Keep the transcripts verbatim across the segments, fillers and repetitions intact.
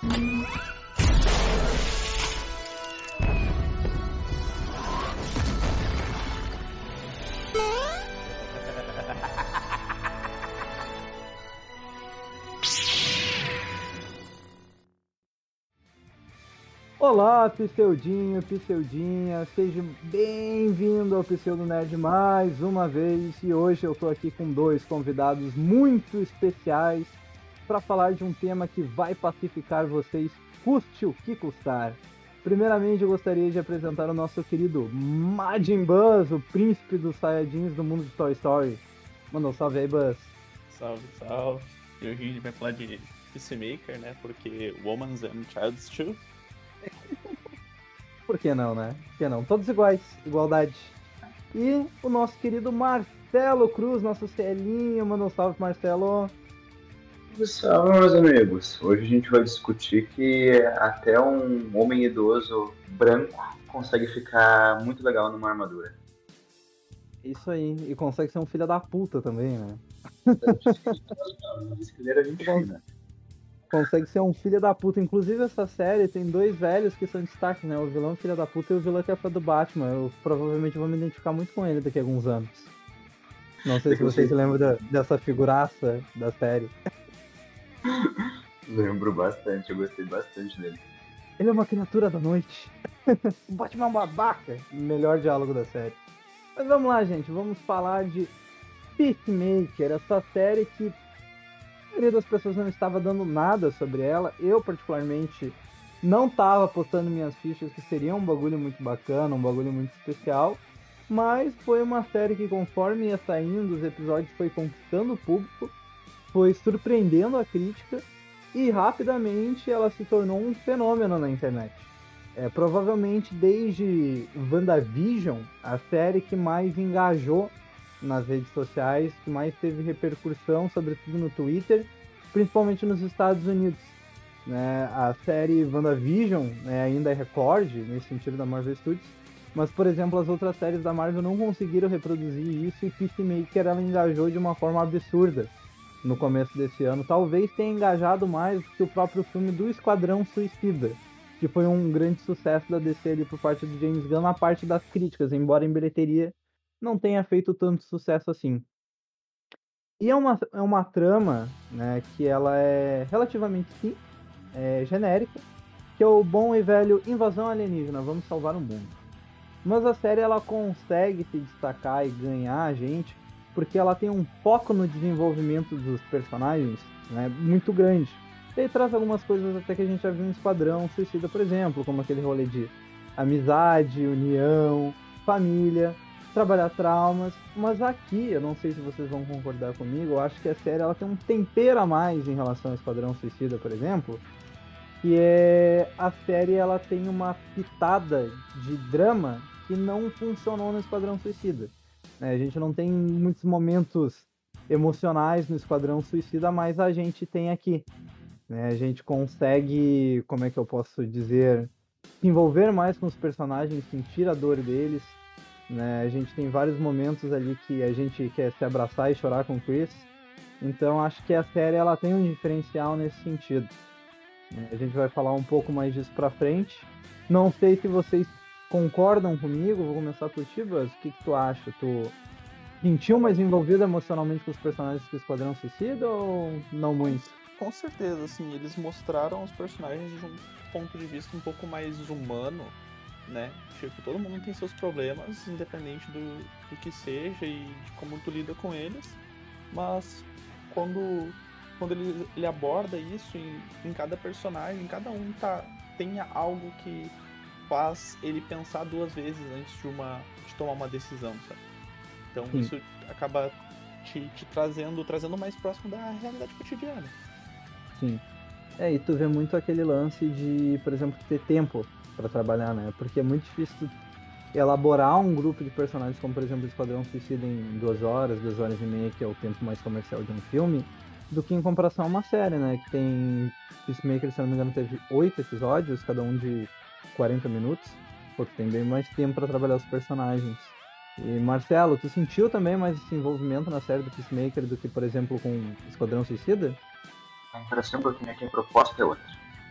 Olá, Pseudinho, Pseudinha, seja bem-vindo ao Pseudo Nerd mais uma vez, e hoje eu tô aqui com dois convidados muito especiais para falar de um tema que vai pacificar vocês, custe o que custar. Primeiramente, eu gostaria de apresentar o nosso querido Majin Buzz, o príncipe dos Saiyajins do mundo de Toy Story. Manda um salve aí, Buzz. Salve, salve. E hoje a gente vai falar de Peacemaker, né? Porque Woman's and Child's Too. Por que não, né? Por que não? Todos iguais, igualdade. E o nosso querido Marcelo Cruz, nosso Celinho, manda um salve, Marcelo. Salve, meus amigos. Hoje a gente vai discutir que até um homem idoso branco consegue ficar muito legal numa armadura. Isso aí, e consegue ser um filho da puta também, né? Não disse que ele era gente fina. Consegue ser um filho da puta. Inclusive, essa série tem dois velhos que são destaques, né? O vilão filho da puta e o vilão que é fã do Batman. Eu provavelmente vou me identificar muito com ele daqui a alguns anos. Não sei se vocês se lembram da, dessa figuraça da série. Lembro bastante, eu gostei bastante dele. Ele é uma criatura da noite. O Batman é um babaca. Melhor diálogo da série. Mas vamos lá, gente. Vamos falar de Peacemaker, essa série que a maioria das pessoas não estava dando nada sobre ela. Eu, particularmente, não estava postando minhas fichas que seria um bagulho muito bacana, um bagulho muito especial. Mas foi uma série que, conforme ia saindo, os episódios foi conquistando o público, foi surpreendendo a crítica e rapidamente ela se tornou um fenômeno na internet. É provavelmente desde WandaVision, a série que mais engajou nas redes sociais, que mais teve repercussão, sobretudo no Twitter, principalmente nos Estados Unidos. Né? A série WandaVision, né, ainda é recorde nesse sentido da Marvel Studios, mas, por exemplo, as outras séries da Marvel não conseguiram reproduzir isso, e Peacemaker ela engajou de uma forma absurda no começo desse ano. Talvez tenha engajado mais que o próprio filme do Esquadrão Suicida, que foi um grande sucesso da D C ali por parte do James Gunn na parte das críticas, embora em bilheteria não tenha feito tanto sucesso assim. E é uma, é uma trama, né, que ela é relativamente simples, é, genérica, que é o bom e velho invasão alienígena, vamos salvar o mundo. Mas a série ela consegue se destacar e ganhar a gente porque ela tem um foco no desenvolvimento dos personagens, né, muito grande. E aí traz algumas coisas até que a gente já viu em Esquadrão Suicida, por exemplo, como aquele rolê de amizade, união, família, trabalhar traumas. Mas aqui, eu não sei se vocês vão concordar comigo, eu acho que a série ela tem um tempero a mais em relação ao Esquadrão Suicida, por exemplo, que é a série ela tem uma pitada de drama que não funcionou no Esquadrão Suicida. A gente não tem muitos momentos emocionais no Esquadrão Suicida, mas a gente tem aqui. Né? A gente consegue, como é que eu posso dizer, se envolver mais com os personagens, sentir a dor deles. Né? A gente tem vários momentos ali que a gente quer se abraçar e chorar com o Chris. Então acho que a série ela tem um diferencial nesse sentido. A gente vai falar um pouco mais disso pra frente. Não sei se vocês concordam comigo, vou começar por ti, Buzz. O que, que tu acha? Tu sentiu mais envolvido emocionalmente com os personagens do Esquadrão Suicida ou não muito? Com certeza, assim, eles mostraram os personagens de um ponto de vista um pouco mais humano, né? Tipo, todo mundo tem seus problemas, independente do, do que seja e de como tu lida com eles. Mas quando, quando ele, ele aborda isso em, em cada personagem, cada um tá, tem algo que faz ele pensar duas vezes antes de, uma, de tomar uma decisão, sabe? Então Sim. isso acaba te, te trazendo, trazendo mais próximo da realidade cotidiana. Sim. É, e tu vê muito aquele lance de, por exemplo, ter tempo pra trabalhar, né? Porque é muito difícil elaborar um grupo de personagens como, por exemplo, o Esquadrão Suicida em duas horas, duas horas e meia, que é o tempo mais comercial de um filme, do que em comparação a uma série, né? Que tem Peacemaker, se não me engano, teve oito episódios, cada um de quarenta minutos, porque tem bem mais tempo para trabalhar os personagens. E Marcelo, tu sentiu também mais esse envolvimento na série do Peacemaker do que, por exemplo, com Esquadrão Suicida? A impressão que eu tenho aqui, a proposta é outra.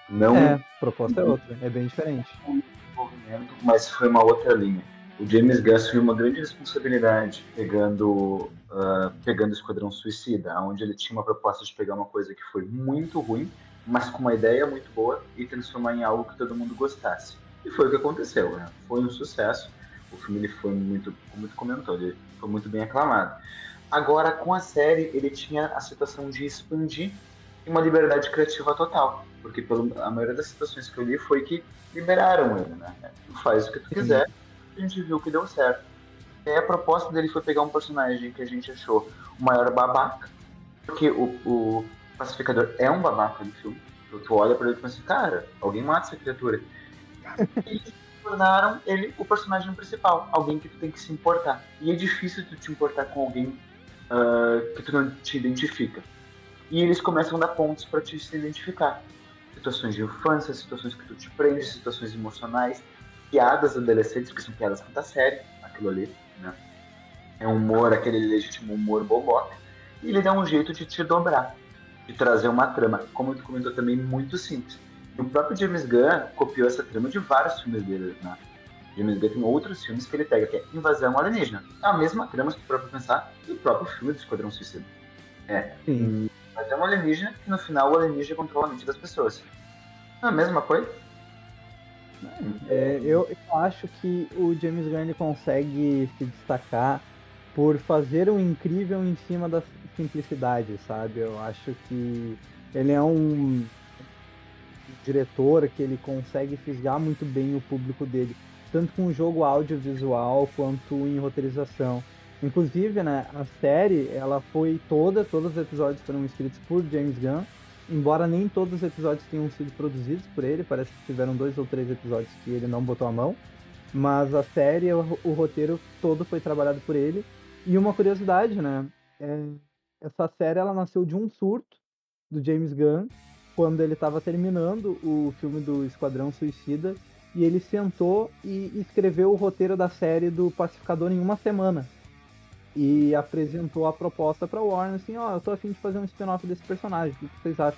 Não É, a proposta é outra, é bem diferente. um desenvolvimento, mas foi uma outra linha. O James Gunn assumiu uma grande responsabilidade pegando, uh, pegando o Esquadrão Suicida, onde ele tinha uma proposta de pegar uma coisa que foi muito ruim, mas com uma ideia muito boa e transformar em algo que todo mundo gostasse. E foi o que aconteceu, né? Foi um sucesso. O filme ele foi muito, como muito comentou, ele foi muito bem aclamado. Agora, com a série, ele tinha a situação de expandir e uma liberdade criativa total. Porque pelo, a maioria das situações que eu li foi que liberaram ele, né? Tu faz o que tu quiser, a gente viu que deu certo. E aí a proposta dele foi pegar um personagem que a gente achou o maior babaca, porque o, o pacificador é um babaca no filme. Tu, tu olha pra ele e pensa, cara, alguém mata essa criatura. E eles tornaram ele o personagem principal, alguém que tu tem que se importar. E é difícil tu te importar com alguém uh, que tu não te identifica. E eles começam a dar pontos pra te se identificar. Situações de infância, situações que tu te prende, situações emocionais, piadas adolescentes, que são piadas da série, aquilo ali, né? É um humor, aquele legítimo humor boboca. E ele dá um jeito de te dobrar, de trazer uma trama, como tu comentou também, muito simples. E o próprio James Gunn copiou essa trama de vários filmes dele, né? James Gunn tem outros filmes que ele pega, que é Invasão Alienígena. É a mesma trama, se tu próprio pensar, do próprio filme do Esquadrão Suicida. É. Sim. Invasão Alienígena, que no final o alienígena controla a mente das pessoas. Não é a mesma coisa? É, eu, eu acho que o James Gunn ele consegue se destacar por fazer o incrível em cima da simplicidade, sabe? Eu acho que ele é um diretor que ele consegue fisgar muito bem o público dele, tanto com o jogo audiovisual quanto em roteirização. Inclusive, né, a série, ela foi toda, todos os episódios foram escritos por James Gunn, embora nem todos os episódios tenham sido produzidos por ele, parece que tiveram dois ou três episódios que ele não botou a mão, mas a série, o, o roteiro todo foi trabalhado por ele. E uma curiosidade, né, é, essa série ela nasceu de um surto do James Gunn, quando ele estava terminando o filme do Esquadrão Suicida, e ele sentou e escreveu o roteiro da série do Pacificador em uma semana. E apresentou a proposta pra Warner, assim, ó, oh, eu tô afim de fazer um spin-off desse personagem, o que vocês acham?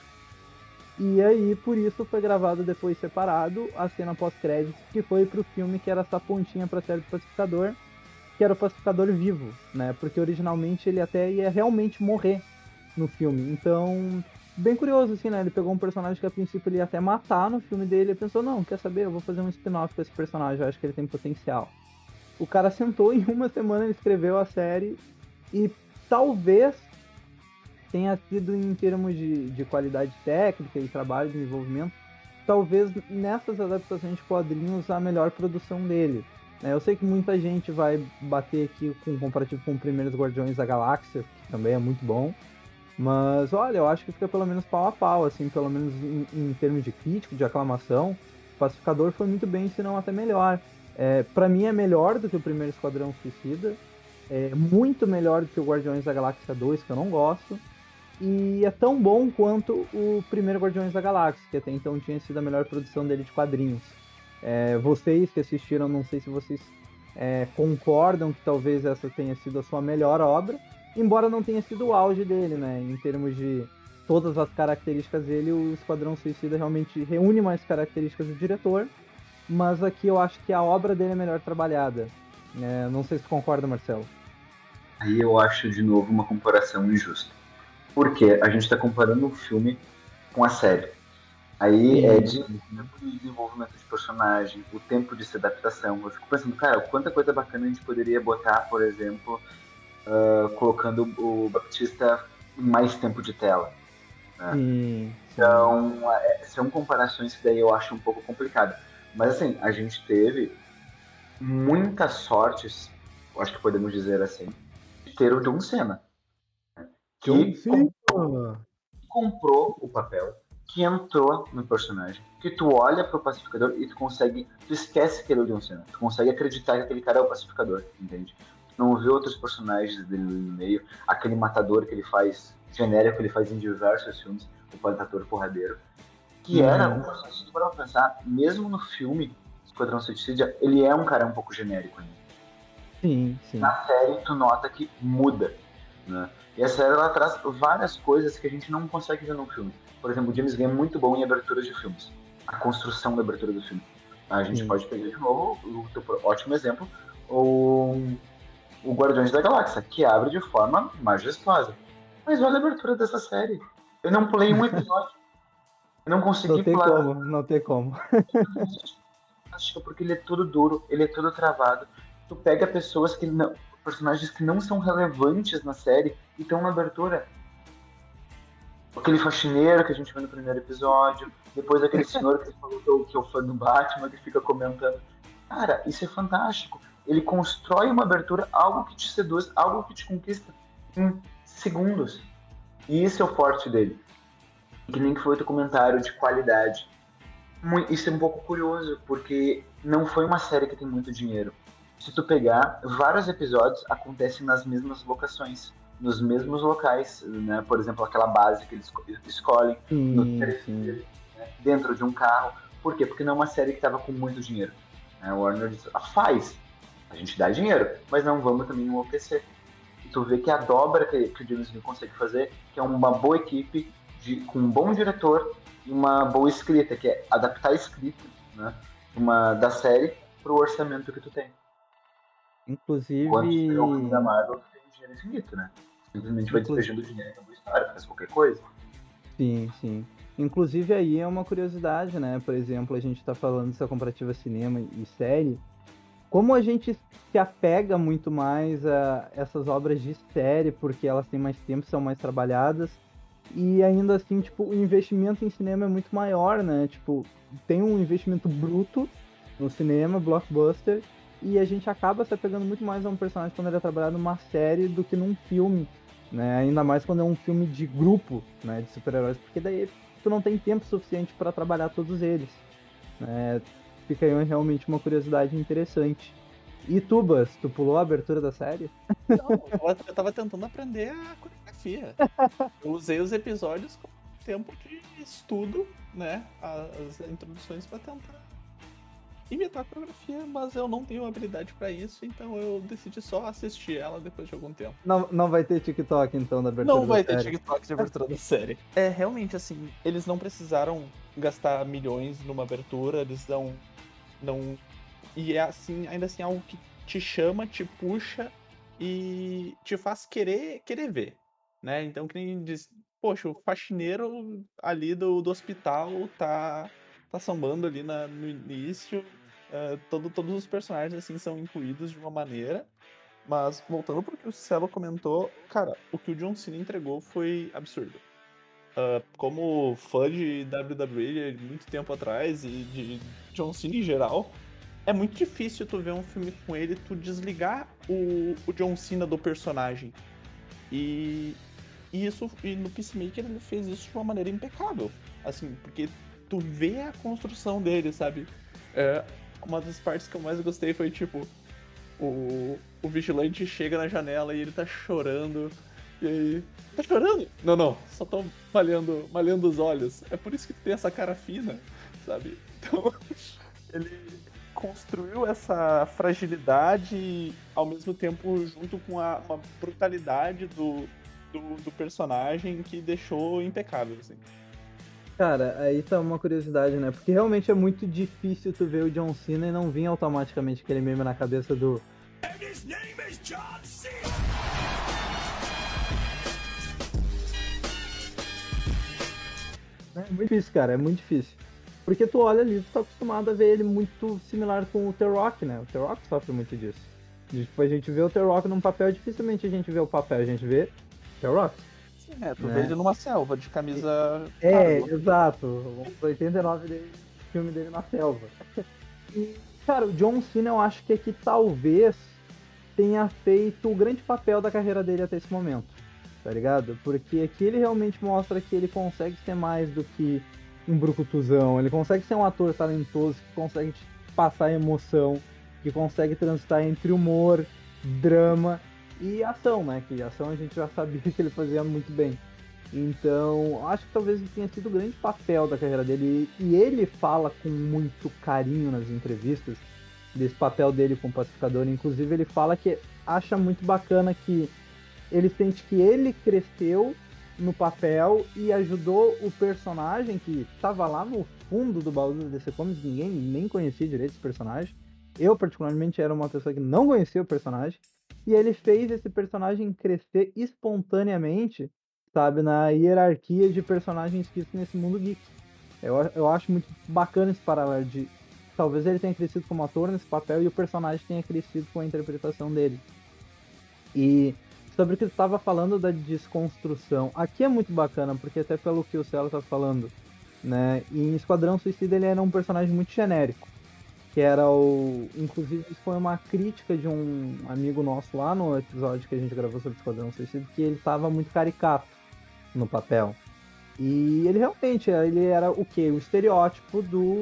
E aí, por isso, foi gravado depois separado a cena pós-créditos, que foi pro filme que era essa pontinha pra série do Pacificador, que era o Pacificador vivo, né? Porque originalmente ele até ia realmente morrer no filme. Então, bem curioso, assim, né? Ele pegou um personagem que a princípio ele ia até matar no filme dele e pensou, não, quer saber? Eu vou fazer um spin-off com esse personagem, eu acho que ele tem potencial. O cara sentou em uma semana, ele escreveu a série e talvez tenha sido em termos de, de qualidade técnica e trabalho de desenvolvimento, talvez nessas adaptações de quadrinhos a melhor produção dele. Eu sei que muita gente vai bater aqui com um comparativo com os primeiros Guardiões da Galáxia, que também é muito bom, mas olha, eu acho que fica pelo menos pau a pau, assim, pelo menos em, em termos de crítico, de aclamação, o Pacificador foi muito bem, se não até melhor. É, pra mim é melhor do que o primeiro Esquadrão Suicida, é muito melhor do que o Guardiões da Galáxia dois, que eu não gosto, e é tão bom quanto o primeiro Guardiões da Galáxia, que até então tinha sido a melhor produção dele de quadrinhos. É, vocês que assistiram, não sei se vocês é, concordam que talvez essa tenha sido a sua melhor obra, embora não tenha sido o auge dele, né? Em termos de todas as características dele, o Esquadrão Suicida realmente reúne mais características do diretor, mas aqui eu acho que a obra dele é melhor trabalhada. É, não sei se concorda, Marcelo. Aí eu acho, de novo, uma comparação injusta. Porque a gente está comparando o filme com a série. Aí Sim. é de tempo de desenvolvimento de personagem, o tempo de se adaptação. Eu fico pensando, cara, quanta coisa bacana a gente poderia botar, por exemplo, uh, colocando o Baptista em mais tempo de tela. Né? Sim. Então, é, são comparações que daí eu acho um pouco complicado. Mas assim, a gente teve muitas sortes, eu acho que podemos dizer assim, de ter o John Cena. Né? Que comprou, comprou o papel, que entrou no personagem, que tu olha pro Pacificador e tu consegue, tu esquece que ele é o John Cena, tu consegue acreditar que aquele cara é o Pacificador, entende? Tu não vê outros personagens dele no meio, aquele matador que ele faz, genérico que ele faz em diversos filmes, o matador porradeiro, que hum. era um personagem, para pensar, mesmo no filme Esquadrão Suicida, ele é um cara um pouco genérico ainda. Sim, sim. Na série tu nota que muda. né? E a série ela traz várias coisas que a gente não consegue ver no filme. Por exemplo, o James Gunn é muito bom em aberturas de filmes. A construção da abertura do filme. A gente Sim. pode pegar de novo, o teu ótimo exemplo, o, o Guardiões da Galáxia, que abre de forma majestosa. Mas olha a abertura dessa série. Eu não pulei um episódio. Eu não consegui Não tem pular. como, não tem como. Fantástico, porque ele é todo duro, ele é todo travado. Tu pega pessoas que não. Personagens que não são relevantes na série e estão na abertura. Aquele faxineiro que a gente vê no primeiro episódio, depois aquele senhor que falou que é o, que é o fã do Batman, que fica comentando. Cara, isso é fantástico. Ele constrói uma abertura, algo que te seduz, algo que te conquista em segundos. E isso é o forte dele. Que nem que foi outro comentário de qualidade. Isso é um pouco curioso, porque não foi uma série que tem muito dinheiro. Se tu pegar, vários episódios acontecem nas mesmas locações, nos mesmos locais, né? Por exemplo, aquela base que eles escolhem Sim, no trailer, sim. né? Dentro de um carro. Por quê? Porque não é uma série que estava com muito dinheiro. Né? O Warner disse, ah, faz, a gente dá dinheiro, mas não vamos também enlouquecer. E tu vê que a dobra que, que o James Gunn consegue fazer, que é uma boa equipe, de, com um bom diretor e uma boa escrita, que é adaptar a escrita, né, uma, da série para o orçamento que tu tem. Inclusive. Quando tu tem o filme da Marvel, tu tem um dinheiro infinito, né? Simplesmente vai Inclusive... despejando dinheiro na história, faz qualquer coisa. Sim, sim. Inclusive aí é uma curiosidade, né? Por exemplo, a gente tá falando dessa comparativa cinema e série. Como a gente se apega muito mais a essas obras de série, porque elas têm mais tempo, são mais trabalhadas, e ainda assim, tipo, o investimento em cinema é muito maior, né? Tipo, tem um investimento bruto no cinema, blockbuster, e a gente acaba se apegando muito mais a um personagem quando ele é trabalhado numa série do que num filme, né? Ainda mais quando é um filme de grupo, né? De super-heróis, porque daí tu não tem tempo suficiente para trabalhar todos eles, né? Fica aí realmente uma curiosidade interessante. E Tubas, tu pulou a abertura da série? Não, eu tava tentando aprender a coreografia. Eu usei os episódios como tempo de estudo, né? As introduções pra tentar imitar a coreografia, mas eu não tenho habilidade pra isso, então eu decidi só assistir ela depois de algum tempo. Não, não vai ter TikTok então da abertura Não vai da ter série. TikTok de abertura da série. É, realmente, assim, eles não precisaram gastar milhões numa abertura, eles não... não... E é assim, ainda assim, algo que te chama, te puxa e te faz querer, querer ver, né? Então, que nem diz, poxa, o faxineiro ali do, do hospital tá, tá sambando ali na, no início, uh, todo, todos os personagens, assim, são incluídos de uma maneira, mas voltando pro que o Celo comentou, cara, o que o John Cena entregou foi absurdo. Uh, como fã de W W E de muito tempo atrás e de John Cena em geral, é muito difícil tu ver um filme com ele, tu desligar o, o John Cena do personagem. E, e isso e no Peacemaker ele fez isso de uma maneira impecável. Assim, porque tu vê a construção dele, sabe? É, uma das partes que eu mais gostei foi tipo, o, o vigilante chega na janela e ele tá chorando. E aí, tá chorando? Não, não, só tô malhando, malhando os olhos. É por isso que tu tem essa cara fina, sabe? Então, ele construiu essa fragilidade ao mesmo tempo junto com a, uma brutalidade do, do, do personagem que deixou impecável, assim. Cara, aí tá uma curiosidade, né? Porque realmente é muito difícil tu ver o John Cena e não vir automaticamente aquele meme na cabeça do... And his name is John Cena! É muito difícil, cara, é muito difícil. Porque tu olha ali, tu tá acostumado a ver ele muito similar com o The Rock, né? O The Rock sofre muito disso. Tipo, a gente vê o The Rock num papel, dificilmente a gente vê o papel, a gente vê The Rock. Sim, é, tu né? vê ele numa selva, de camisa... É, cargo. exato. Os oitenta e nove dele, filme dele na selva. E, cara, o John Cena eu acho que aqui talvez tenha feito o grande papel da carreira dele até esse momento, tá ligado? Porque aqui ele realmente mostra que ele consegue ser mais do que um brucutuzão, ele consegue ser um ator talentoso, que consegue passar emoção, que consegue transitar entre humor, drama e ação, né? Que ação a gente já sabia que ele fazia muito bem. Então, acho que talvez tenha sido o grande papel da carreira dele. E ele fala com muito carinho nas entrevistas desse papel dele como pacificador. Inclusive, ele fala que acha muito bacana que ele sente que ele cresceu no papel e ajudou o personagem que estava lá no fundo do baú do D C Comics, ninguém nem conhecia direito esse personagem. Eu, particularmente, era uma pessoa que não conhecia o personagem, e ele fez esse personagem crescer espontaneamente, sabe, na hierarquia de personagens que existem nesse mundo geek. Eu, eu acho muito bacana esse paralelo de talvez ele tenha crescido como ator nesse papel e o personagem tenha crescido com a interpretação dele. E sobre o que tu estava falando da desconstrução, aqui é muito bacana, porque até pelo que o Celo tá falando, né, em Esquadrão Suicida ele era um personagem muito genérico, que era o... Inclusive isso foi uma crítica de um amigo nosso lá no episódio que a gente gravou sobre Esquadrão Suicida, que ele estava muito caricato no papel. E ele realmente, ele era o quê? O estereótipo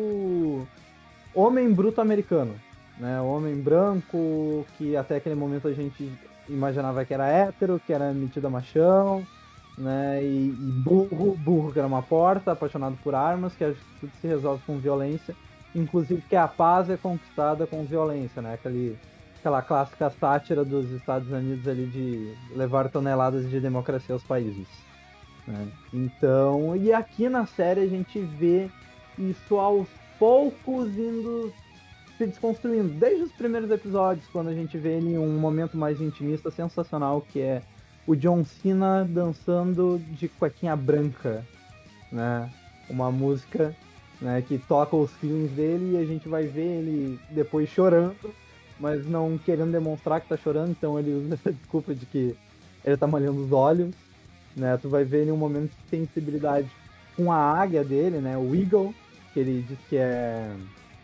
do homem bruto americano, né? O homem branco, que até aquele momento a gente imaginava que era hétero, que era metido a machão, né? E, e burro, burro que era uma porta, apaixonado por armas, que tudo se resolve com violência, inclusive que a paz é conquistada com violência, né? Aquele, aquela clássica sátira dos Estados Unidos ali de levar toneladas de democracia aos países. Né? Então, e aqui na série a gente vê isso aos poucos indo se desconstruindo, desde os primeiros episódios, quando a gente vê ele em um momento mais intimista sensacional, que é o John Cena dançando de cuequinha branca, né? Uma música, né, que toca os feelings dele, e a gente vai ver ele depois chorando, mas não querendo demonstrar que tá chorando, então ele usa essa desculpa de que ele tá molhando os olhos. Né, tu vai ver ele em um momento de sensibilidade com a águia dele, né, o Eagle, que ele diz que é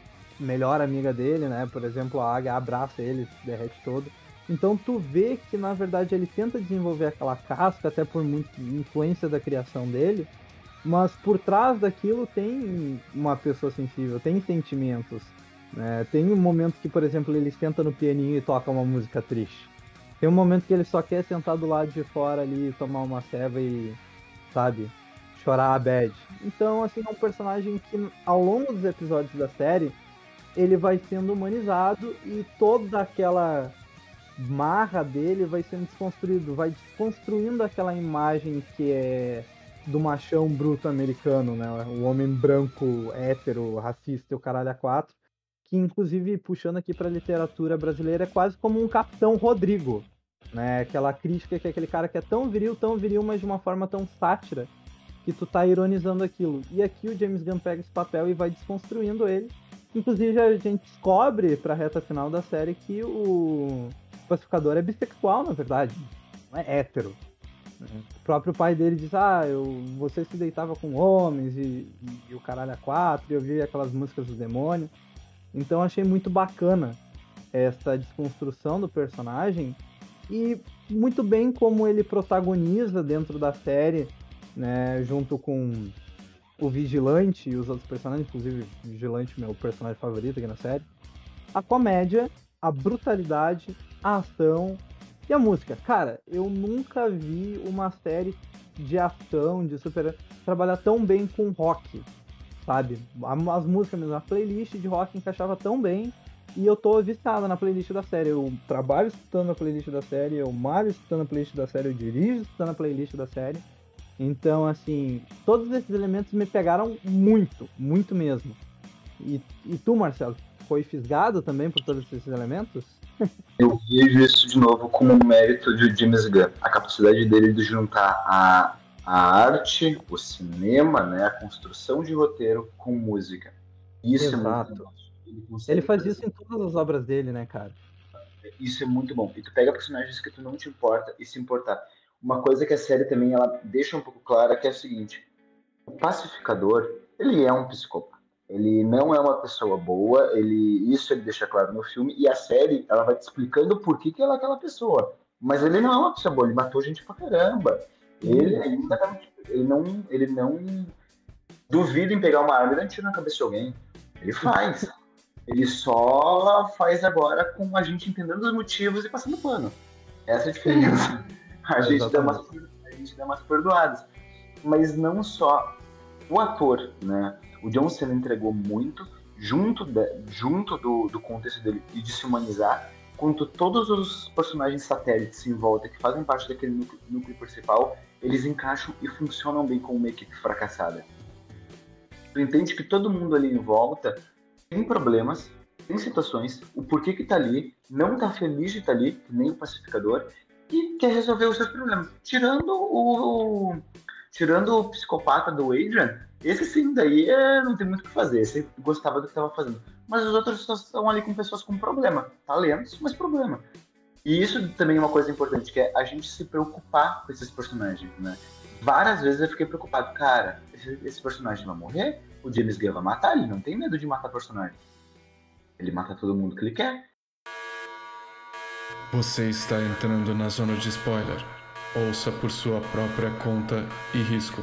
melhor amiga dele, né, por exemplo, a águia abraça ele, se derrete todo. Então tu vê que na verdade ele tenta desenvolver aquela casca, até por muita influência da criação dele, mas por trás daquilo tem uma pessoa sensível, tem sentimentos, né, tem um momento que, por exemplo, ele senta no pianinho e toca uma música triste. Tem um momento que ele só quer sentar do lado de fora ali, tomar uma ceva e, sabe, chorar a bad. Então, assim, é um personagem que, ao longo dos episódios da série, ele vai sendo humanizado e toda aquela marra dele vai sendo desconstruído, vai desconstruindo aquela imagem que é do machão bruto americano, né? O homem branco, hétero, racista e o caralho a quatro. Que inclusive, puxando aqui para a literatura brasileira, é quase como um Capitão Rodrigo, né? Aquela crítica que é aquele cara que é tão viril, tão viril, mas de uma forma tão sátira, que tu tá ironizando aquilo. E aqui o James Gunn pega esse papel e vai desconstruindo ele. Inclusive a gente descobre pra reta final da série que o Pacificador é bissexual, na verdade, não é hétero. O próprio pai dele diz, ah, eu, você se deitava com homens e, e, e o caralho a quatro, e eu vi aquelas músicas do demônio. Então achei muito bacana essa desconstrução do personagem e muito bem como ele protagoniza dentro da série, né, junto com o Vigilante e os outros personagens, inclusive o Vigilante, meu personagem favorito aqui na série, a comédia, a brutalidade, a ação e a música. Cara, eu nunca vi uma série de ação, de super trabalhar tão bem com rock. Sabe, as músicas mesmo, a playlist de rock encaixava tão bem e eu tô viciado na playlist da série. Eu trabalho escutando a playlist da série, eu malho escutando a playlist da série, eu dirijo escutando a playlist da série. Então, assim, todos esses elementos me pegaram muito, muito mesmo. E, e tu, Marcelo, foi fisgado também por todos esses elementos? Eu vejo isso de novo como um mérito de James Gunn, a capacidade dele de juntar a a arte, o cinema, né, a construção de roteiro com música. Isso Exato. É muito bom. Ele, ele faz fazer isso em todas as obras dele, né, cara? Isso é muito bom. E tu pega personagens que tu não te importa e se importar. Uma coisa que a série também ela deixa um pouco clara que é o seguinte: o Pacificador, ele é um psicopata. Ele não é uma pessoa boa, ele, isso ele deixa claro no filme, e a série ela vai te explicando por que, que ele é aquela pessoa. Mas ele não é uma pessoa boa, ele matou gente pra caramba. Ele, ele, não, ele não duvida em pegar uma arma e dar um tiro na cabeça de alguém. Ele faz. Ele só faz agora com a gente entendendo os motivos e passando pano. Essa é a diferença. A gente, dá umas, a gente dá umas perdoadas. Mas não só o ator, né? O John Cena entregou muito junto, de, junto do, do contexto dele e de se humanizar. quanto todos os personagens satélites em volta que fazem parte daquele núcleo, núcleo principal, eles encaixam e funcionam bem como uma equipe fracassada. Tu entende que todo mundo ali em volta tem problemas, tem situações, o porquê que tá ali, não tá feliz de estar ali, que nem o pacificador, e quer resolver os seus problemas. Tirando o, tirando o psicopata do Adrian, esse sim, daí é, não tem muito o que fazer, esse gostava do que estava fazendo. Mas os outros só estão ali com pessoas com problema, talentos, mas problema. E isso também é uma coisa importante, que é a gente se preocupar com esses personagens, né? Várias vezes eu fiquei preocupado, cara, esse, esse personagem vai morrer? O James Gunn vai matar? Ele não tem medo de matar personagem. Ele mata todo mundo que ele quer. Você está entrando na zona de spoiler. Ouça por sua própria conta e risco.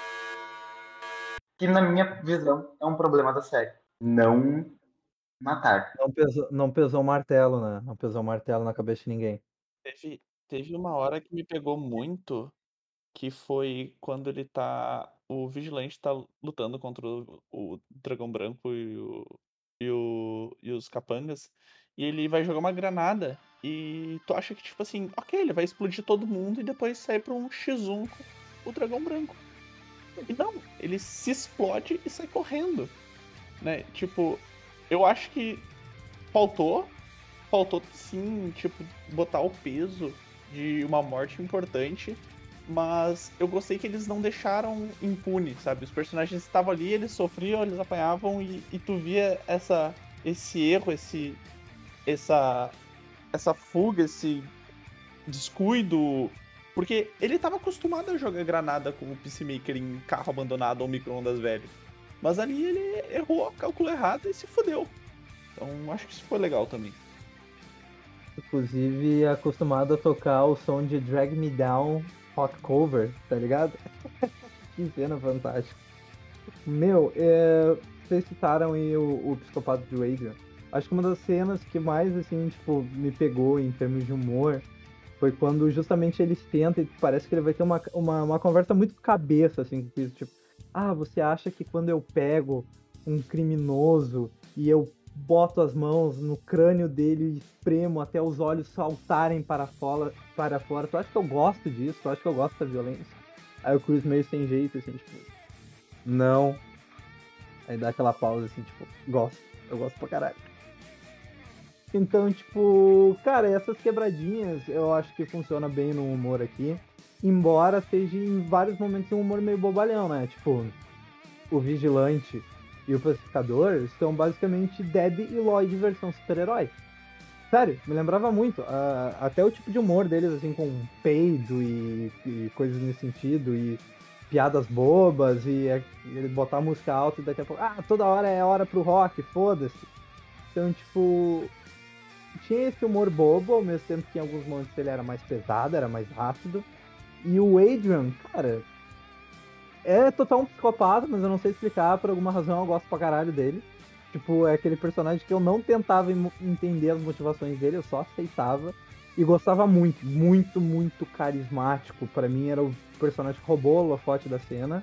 Que na minha visão é um problema da série. Não matar. Não pesou, não pesou o martelo, né? Não pesou o martelo na cabeça de ninguém. Teve, teve uma hora que me pegou muito, que foi quando ele tá. O Vigilante tá lutando contra o, o Dragão Branco e, o, e, o, e os capangas. E ele vai jogar uma granada. E tu acha que, tipo assim, ok, ele vai explodir todo mundo e depois sair pra um xis um com o Dragão Branco. E não, ele se explode e sai correndo. Né? Tipo, eu acho que faltou. Faltou sim, tipo, botar o peso de uma morte importante. Mas eu gostei que eles não deixaram impune, sabe? Os personagens estavam ali, eles sofriam, eles apanhavam e, e tu via essa, esse erro, esse, essa, essa fuga, esse descuido. Porque ele estava acostumado a jogar granada com o Peacemaker em carro abandonado ou micro-ondas velho. Mas ali ele errou, calculou errado e se fodeu. Então acho que isso foi legal também. Inclusive, acostumado a tocar o som de Drag Me Down Rock Cover, tá ligado? Que cena fantástica. Meu, é, vocês citaram aí o, o Psicopata de Adrian. Acho que uma das cenas que mais, assim, tipo, me pegou em termos de humor foi quando justamente ele senta e parece que ele vai ter uma, uma, uma conversa muito cabeça, assim, com isso, tipo, ah, você acha que quando eu pego um criminoso e eu boto as mãos no crânio dele e espremo até os olhos saltarem para fora, para fora. Tu acha que eu gosto disso? Tu acha que eu gosto da violência? Aí o Chris meio sem jeito, assim, tipo, não. Aí dá aquela pausa, assim, tipo, gosto. Eu gosto pra caralho. Então, tipo, cara, essas quebradinhas eu acho que funciona bem no humor aqui. Embora seja em vários momentos um humor meio bobalhão, né? Tipo, o Vigilante e o Pacificador são basicamente Deb e Lloyd versão super-herói. Sério, me lembrava muito. Uh, até o tipo de humor deles, assim, com peido e, e coisas nesse sentido, e piadas bobas, e é, ele botar a música alta e daqui a pouco, ah, toda hora é hora pro rock, foda-se. Então, tipo, tinha esse humor bobo, ao mesmo tempo que em alguns momentos ele era mais pesado, era mais rápido. E o Adrian, cara, é total um psicopata, mas eu não sei explicar, por alguma razão eu gosto pra caralho dele. Tipo, é aquele personagem que eu não tentava entender as motivações dele, eu só aceitava. E gostava muito, muito, muito carismático. Pra mim era o personagem que roubou o holofote da cena.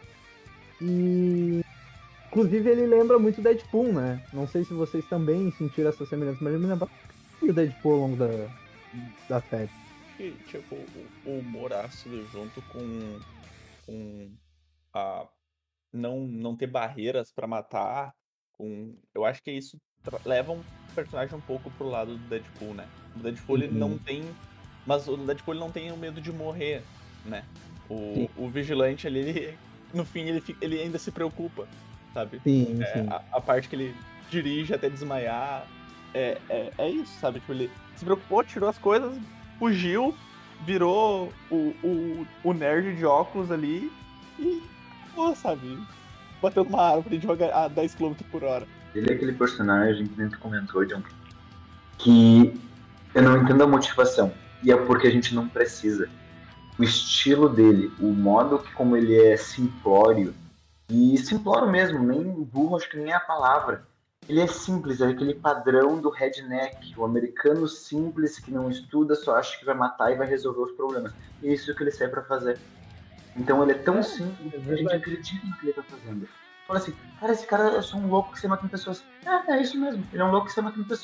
E... inclusive ele lembra muito o Deadpool, né? Não sei se vocês também sentiram essa semelhança, mas ele me lembra o Deadpool ao longo da, da série. E, tipo, o humor ácido junto com, com a não, não ter barreiras pra matar, com, eu acho que isso leva um personagem um pouco pro lado do Deadpool, né? O Deadpool ele não tem, mas o Deadpool ele não tem o medo de morrer, né? O, o Vigilante ali, ele, no fim ele, ele ainda se preocupa, sabe? Sim, é, sim. A, a parte que ele dirige até desmaiar, é, é, é isso, sabe? Tipo, ele se preocupou, tirou as coisas, fugiu, virou o, o, o nerd de óculos ali e, pô, sabe? Bateu numa árvore devagar a dez quilômetros por hora. Ele é aquele personagem que dentro comentou, John, que eu não entendo a motivação. E é porque a gente não precisa. O estilo dele, o modo que como ele é simplório, e simplório mesmo, nem burro, acho que nem é a palavra. Ele é simples, é aquele padrão do redneck, o americano simples que não estuda, só acha que vai matar e vai resolver os problemas. E é isso que ele sai pra fazer. Então ele é tão simples que a gente acredita no que ele tá fazendo. Fala assim, cara, esse cara é só um louco que sai matando pessoas. Ah, é isso mesmo, ele é um louco que sai matando pessoas.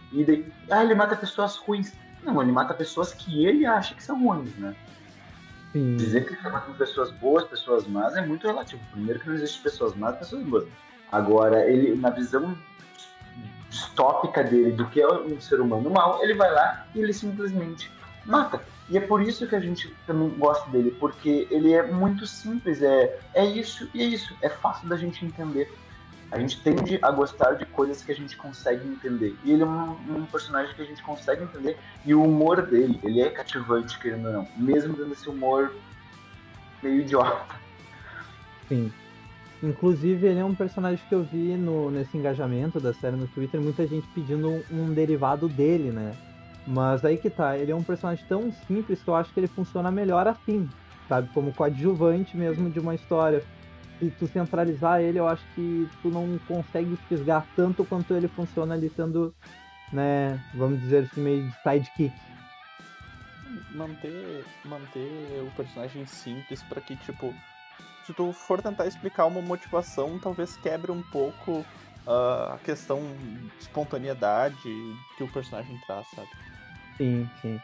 E daí, ah, ele mata pessoas ruins. Não, ele mata pessoas que ele acha que são ruins, né? Sim. Dizer que ele tá matando pessoas boas, pessoas más, é muito relativo. Primeiro que não existe pessoas más, pessoas boas. Agora, ele, na visão distópica dele do que é um ser humano mau, ele vai lá e ele simplesmente mata. E é por isso que a gente também gosta dele, porque ele é muito simples, é, é isso e é isso, é fácil da gente entender. A gente tende a gostar de coisas que a gente consegue entender. E ele é um, um personagem que a gente consegue entender. E o humor dele, ele é cativante, querendo ou não. Mesmo dando esse humor meio idiota. Sim. Inclusive, ele é um personagem que eu vi no, nesse engajamento da série no Twitter, muita gente pedindo um, um derivado dele, né? Mas aí que tá, ele é um personagem tão simples que eu acho que ele funciona melhor assim, sabe? Como coadjuvante mesmo de uma história. Se tu centralizar ele, eu acho que tu não consegue fisgar tanto quanto ele funciona ali sendo, né, vamos dizer assim, meio de sidekick. Manter, manter o personagem simples pra que, tipo, se tu for tentar explicar uma motivação, talvez quebre um pouco uh, a questão de espontaneidade que o personagem traz, sabe? Sim, sim.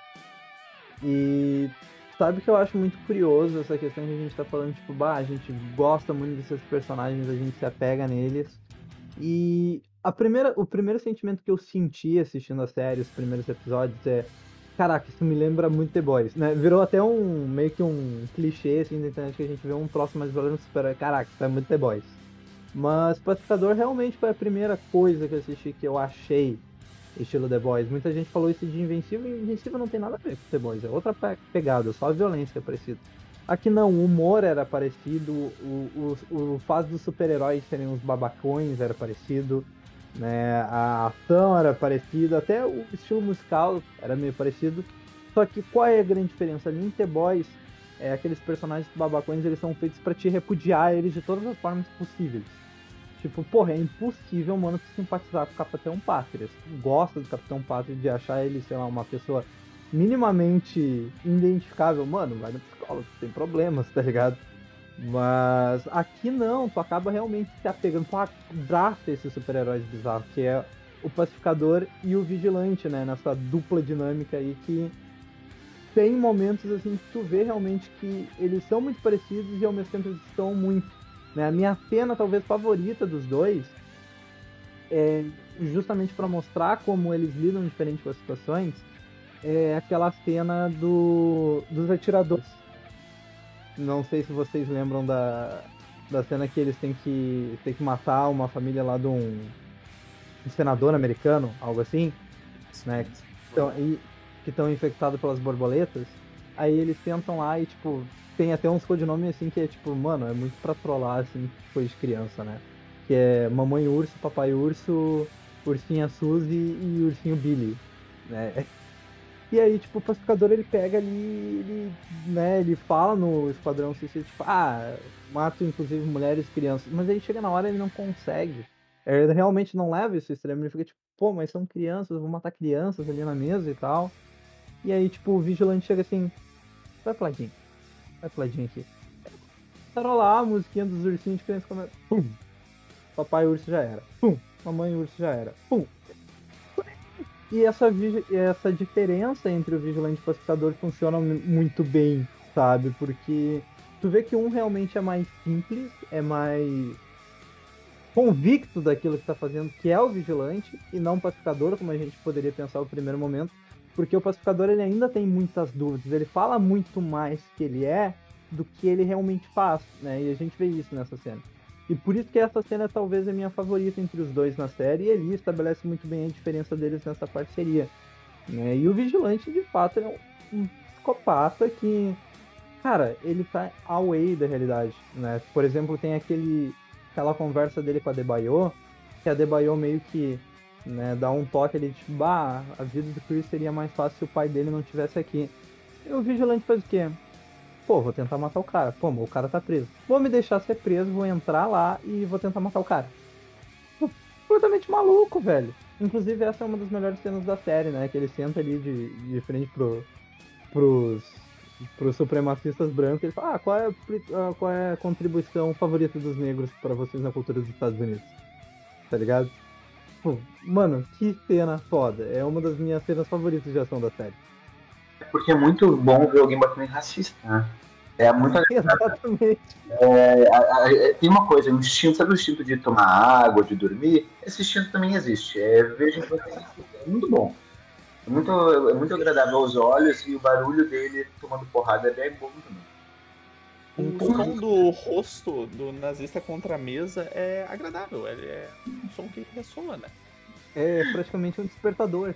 E sabe que eu acho muito curioso essa questão que a gente tá falando, tipo, bah, a gente gosta muito desses personagens, a gente se apega neles. E a primeira, o primeiro sentimento que eu senti assistindo a série, os primeiros episódios, é caraca, isso me lembra muito The Boys, né? Virou até um, meio que um clichê, assim, da internet, que a gente vê um próximo mais violento super, caraca, isso é muito The Boys. Mas Pacificador realmente foi a primeira coisa que eu assisti que eu achei estilo The Boys. Muita gente falou isso de Invencível, e Invencível não tem nada a ver com The Boys, é outra pegada, só a violência é parecida. Aqui não, o humor era parecido, o, o, o fato dos super-heróis serem uns babacões era parecido, né? A ação era parecida, até o estilo musical era meio parecido. Só que qual é a grande diferença? Ali em The Boys, é, aqueles personagens babacões, eles são feitos para te repudiar eles de todas as formas possíveis. Tipo, porra, é impossível, mano, tu simpatizar com o Capitão Pátria. Se tu gosta do Capitão Pátria, de achar ele, sei lá, uma pessoa minimamente identificável, mano, vai no psicólogo, tem problemas, tá ligado? Mas aqui não, tu acaba realmente se apegando, tu abraça esses super-heróis bizarros, que é o Pacificador e o Vigilante, né? Nessa dupla dinâmica aí que tem momentos assim que tu vê realmente que eles são muito parecidos e ao mesmo tempo eles estão muito. Né? A minha cena talvez favorita dos dois é justamente para mostrar como eles lidam diferente com as situações, é aquela cena do, dos atiradores. Não sei se vocês lembram da, da cena que eles têm que, têm que matar uma família lá de um, um senador americano, algo assim, né? Então, e, que estão infectados pelas borboletas. Aí eles tentam lá e, tipo, tem até uns codinomes assim que é tipo, mano, é muito pra trollar, assim, coisa de criança, né? Que é Mamãe Urso, Papai Urso, Ursinha Suzy e Ursinho Billy, né? E aí, tipo, o pacificador, ele pega ali, ele, né, ele fala no Esquadrão Suicida, tipo, ah, mato inclusive mulheres e crianças, mas aí chega na hora ele não consegue. Ele realmente não leva isso ao extremo, ele fica tipo, pô, mas são crianças, vou matar crianças ali na mesa e tal. E aí, tipo, o vigilante chega assim, vai Pladinho, vai Pladinho aqui. Tarolar a musiquinha dos ursinhos de criança começa, pum, papai urso já era, pum, mamãe urso já era, pum. E essa, essa diferença entre o vigilante e o pacificador funciona muito bem, sabe? Porque tu vê que um realmente é mais simples, é mais convicto daquilo que tá fazendo, que é o vigilante, e não o pacificador, como a gente poderia pensar no primeiro momento. Porque o pacificador, ele ainda tem muitas dúvidas, ele fala muito mais que ele é do que ele realmente faz, né? E a gente vê isso nessa cena. E por isso que essa cena talvez é minha favorita entre os dois na série, e ele estabelece muito bem a diferença deles nessa parceria. Né? E o Vigilante, de fato, é um, um psicopata que, cara, ele tá away da realidade. Né? Por exemplo, tem aquele, aquela conversa dele com a Debaio, que a Debaio meio que, né, dá um toque ali, tipo, bah, a vida do Chris seria mais fácil se o pai dele não estivesse aqui. E o Vigilante faz o quê? Pô, vou tentar matar o cara. Pô, o cara tá preso. Vou me deixar ser preso, vou entrar lá e vou tentar matar o cara. Pô, completamente maluco, velho. Inclusive, essa é uma das melhores cenas da série, né? Que ele senta ali de, de frente pro, pros, pros supremacistas brancos e ele fala, ah, qual é, a, qual é a contribuição favorita dos negros pra vocês na cultura dos Estados Unidos? Tá ligado? tipo, mano, que cena foda. É uma das minhas cenas favoritas de ação da série. Porque é muito bom ver alguém batendo em racista, né? É muito Exatamente. É, a, a, é, tem uma coisa, um instinto, sabe o instinto de tomar água, de dormir? Esse instinto também existe. É, veja que você é muito bom. É muito, é muito agradável aos olhos e o barulho dele tomando porrada é bem bom também. O som do rosto do nazista contra a mesa é agradável. Ele é um som que ressoa, né? É praticamente um despertador.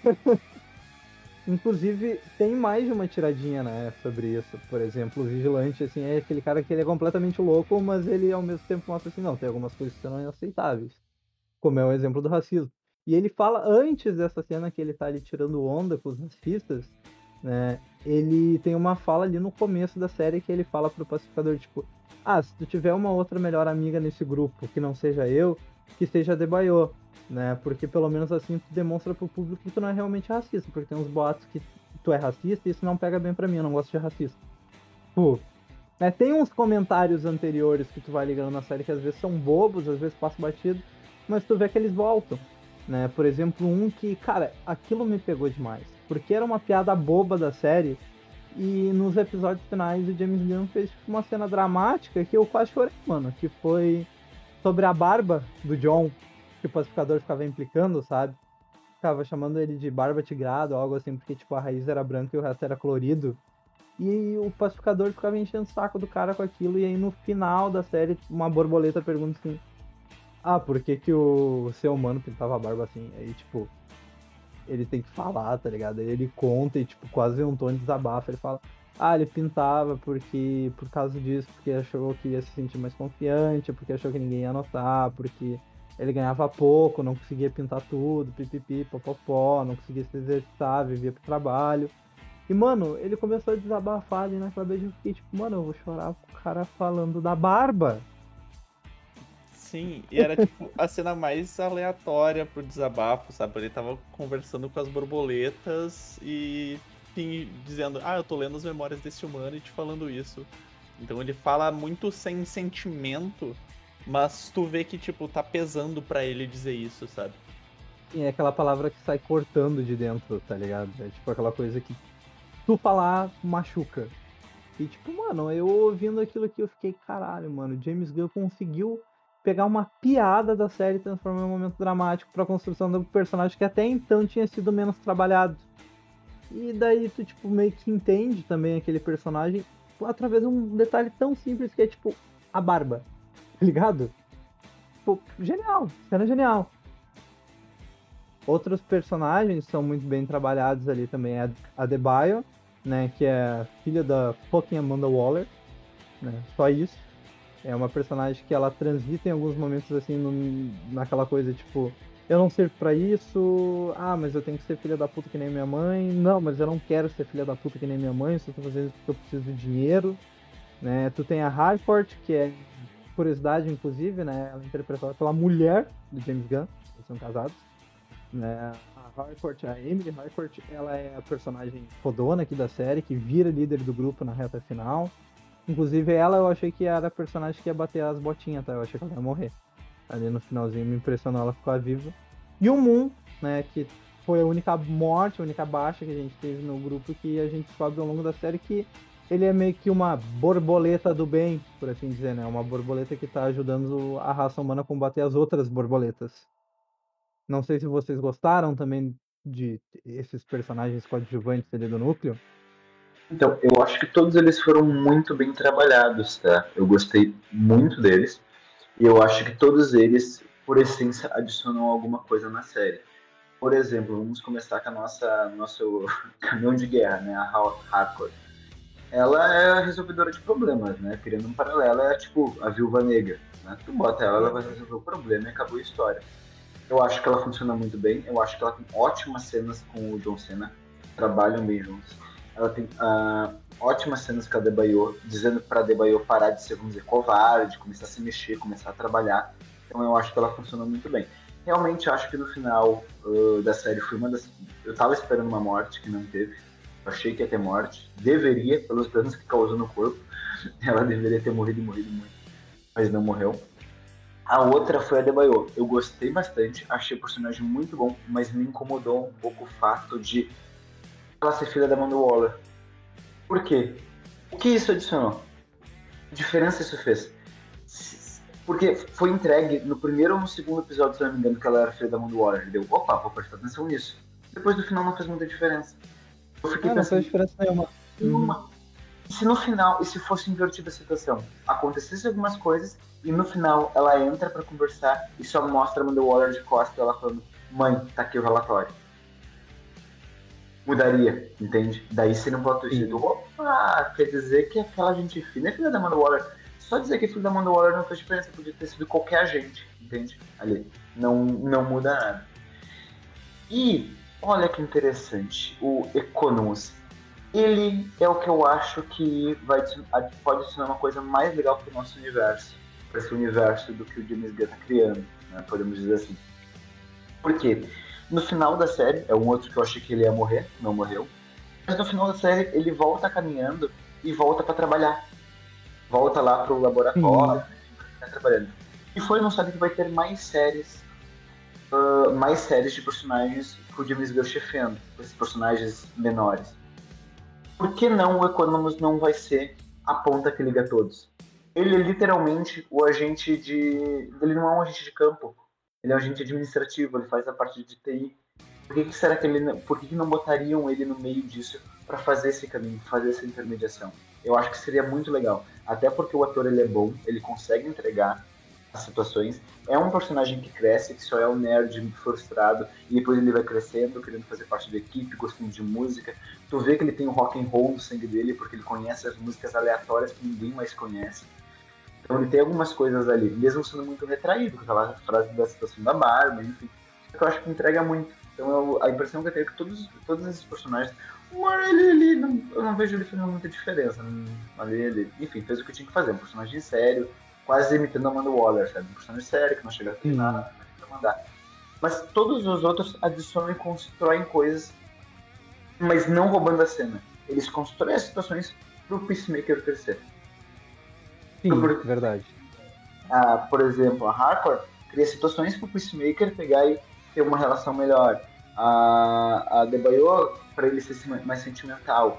Inclusive, tem mais de uma tiradinha, né, sobre isso. Por exemplo, o Vigilante, assim, é aquele cara que ele é completamente louco, mas ele, ao mesmo tempo, mostra assim, não, tem algumas coisas que são inaceitáveis. Como é o exemplo do racismo. E ele fala, antes dessa cena que ele tá ali tirando onda com os racistas, né, ele tem uma fala ali no começo da série que ele fala pro pacificador, tipo, ah, se tu tiver uma outra melhor amiga nesse grupo que não seja eu, que seja a Debaio, né, porque pelo menos assim tu demonstra pro público que tu não é realmente racista, porque tem uns boatos que tu é racista e isso não pega bem pra mim, eu não gosto de racista. Pô, né, tem uns comentários anteriores que tu vai ligando na série que às vezes são bobos, às vezes passa batido, mas tu vê que eles voltam, né? Por exemplo, um que, cara, aquilo me pegou demais, porque era uma piada boba da série e nos episódios finais o James Gunn fez tipo, uma cena dramática que eu quase chorei, mano, que foi sobre a barba do John, que o pacificador ficava implicando, sabe? Ficava chamando ele de barba tigrado, algo assim, porque tipo a raiz era branca e o resto era colorido. E o pacificador ficava enchendo o saco do cara com aquilo, e aí no final da série, uma borboleta pergunta assim, ah, por que que o ser humano pintava a barba assim? Aí, tipo, ele tem que falar, tá ligado? Aí ele conta e, tipo, quase um tom de desabafo. Ele fala, ah, ele pintava porque, por causa disso, porque achou que ia se sentir mais confiante, porque achou que ninguém ia notar, porque ele ganhava pouco, não conseguia pintar tudo, pipipi, popopó, não conseguia se exercitar, vivia pro trabalho. E, mano, ele começou a desabafar ali naquela vez e eu fiquei, tipo, mano, eu vou chorar com o cara falando da barba. Sim, e era tipo a cena mais aleatória pro desabafo, sabe? Ele tava conversando com as borboletas e enfim, dizendo, ah, eu tô lendo as memórias desse humano e te falando isso. Então ele fala muito sem sentimento, mas tu vê que, tipo, tá pesando pra ele dizer isso, sabe? E é aquela palavra que sai cortando de dentro, tá ligado? É tipo aquela coisa que tu falar machuca. E tipo, mano, eu ouvindo aquilo aqui, eu fiquei, caralho, mano, James Gunn conseguiu pegar uma piada da série e transformar em um momento dramático pra construção do personagem que até então tinha sido menos trabalhado. E daí tu, tipo, meio que entende também aquele personagem através de um detalhe tão simples que é, tipo, a barba, tá ligado? Tipo, genial, cena genial. Outros personagens são muito bem trabalhados ali também, a Adebayo, né, que é filha da fucking Amanda Waller, né, só isso. É uma personagem que ela transita em alguns momentos, assim, no, naquela coisa, tipo, eu não sirvo pra isso, ah, mas eu tenho que ser filha da puta que nem minha mãe, não, mas eu não quero ser filha da puta que nem minha mãe, só tô fazendo isso porque eu preciso de dinheiro, né. Tu tem a Harcourt, que é, curiosidade, inclusive, né, ela é interpretada pela mulher do James Gunn, eles são casados. Né? A Harcourt, a Emily Harcourt, ela é a personagem fodona aqui da série, que vira líder do grupo na reta final. Inclusive ela eu achei que era a personagem que ia bater as botinhas, tá? Eu achei que ela ia morrer. Ali no finalzinho me impressionou ela ficar viva. E o Moon, né, que foi a única morte, a única baixa que a gente teve no grupo, que a gente descobre ao longo da série que ele é meio que uma borboleta do bem, por assim dizer, né? Uma borboleta que tá ajudando a raça humana a combater as outras borboletas. Não sei se vocês gostaram também de esses personagens coadjuvantes ali do núcleo. Então, eu acho que todos eles foram muito bem trabalhados, tá? Eu gostei muito deles. E eu acho que todos eles, por essência, adicionam alguma coisa na série. Por exemplo, vamos começar com a nossa nosso caminhão de guerra, né? A Harcourt. Ela é a resolvedora de problemas, né? Criando um paralelo, é tipo a viúva negra. Né? Tu bota ela, ela vai resolver o problema e acabou a história. Eu acho que ela funciona muito bem. Eu acho que ela tem ótimas cenas com o John Cena. Trabalham bem juntos. Ela tem uh, ótimas cenas com a Adebayo, dizendo pra Adebayo parar de ser, vamos dizer, covarde, começar a se mexer, começar a trabalhar. Então eu acho que ela funciona muito bem. Realmente acho que no final uh, da série foi uma das... Eu tava esperando uma morte, que não teve. Eu achei que ia ter morte. Deveria, pelos danos que causou no corpo. Ela deveria ter morrido e morrido muito. Mas não morreu. A outra foi a Debaio. Eu gostei bastante, achei o personagem muito bom, mas me incomodou um pouco o fato de ela ser filha da Amanda Waller. Por quê? O que isso adicionou? Que diferença isso fez? Porque foi entregue no primeiro ou no segundo episódio, se não me engano, que ela era filha da Amanda Waller. Deu, opa, vou prestar atenção nisso. Depois do final não fez muita diferença. Eu fiquei Ah, não pensando, faz diferença nenhuma. nenhuma. E se no final, e se fosse invertida a situação? Acontecesse algumas coisas e no final ela entra pra conversar e só mostra a Amanda Waller de costas, ela falando, mãe, tá aqui o relatório. Mudaria, entende? Daí seria um plot twist. Opa, quer dizer que aquela gente fina é filha da Amanda Waller. Só dizer que é filho da Amanda Waller não faz diferença, podia ter sido qualquer agente, entende? Ali, não, não muda nada. E, olha que interessante, o Economus. Ele é o que eu acho que vai, pode adicionar uma coisa mais legal para o nosso universo, para esse universo do que o James Gunn está criando, né? Podemos dizer assim. Por quê? No final da série, é um outro que eu achei que ele ia morrer, não morreu, mas no final da série ele volta caminhando e volta para trabalhar. Volta lá pro laboratório, tá trabalhando. E foi anunciado que vai ter mais séries, uh, mais séries de personagens que o James Gunn chefeando, esses personagens menores. Por que não o Economus não vai ser a ponta que liga todos? Ele é literalmente o agente de... Ele não é um agente de campo. Ele é um agente administrativo, ele faz a parte de T I. Por que, que será que ele... Por que, que não botariam ele no meio disso para fazer esse caminho, fazer essa intermediação? Eu acho que seria muito legal. Até porque o ator ele é bom, ele consegue entregar as situações. É um personagem que cresce, que só é um nerd frustrado, e depois ele vai crescendo, querendo fazer parte da equipe, gostando de música. Tu vê que ele tem o rock and roll no sangue dele, porque ele conhece as músicas aleatórias que ninguém mais conhece. Então ele tem algumas coisas ali, mesmo sendo muito retraído, com aquela frase da situação da barba, enfim. Que eu acho que entrega muito. Então eu, a impressão que eu tenho é que todos, todos esses personagens, ele, ele, não, eu não vejo ele fazendo muita diferença. Ali, ele, enfim, fez o que tinha que fazer, um personagem sério, quase imitando a Amanda Waller, sabe? Um personagem sério, que não chega a ter nada pra mandar. Mas todos os outros adicionam e constroem coisas, mas não roubando a cena. Eles constroem as situações pro Peacemaker crescer. Sim, por, verdade. A, por exemplo, a Harcourt cria situações pro Peacemaker pegar e ter uma relação melhor. A, a Debaio, para ele ser mais sentimental.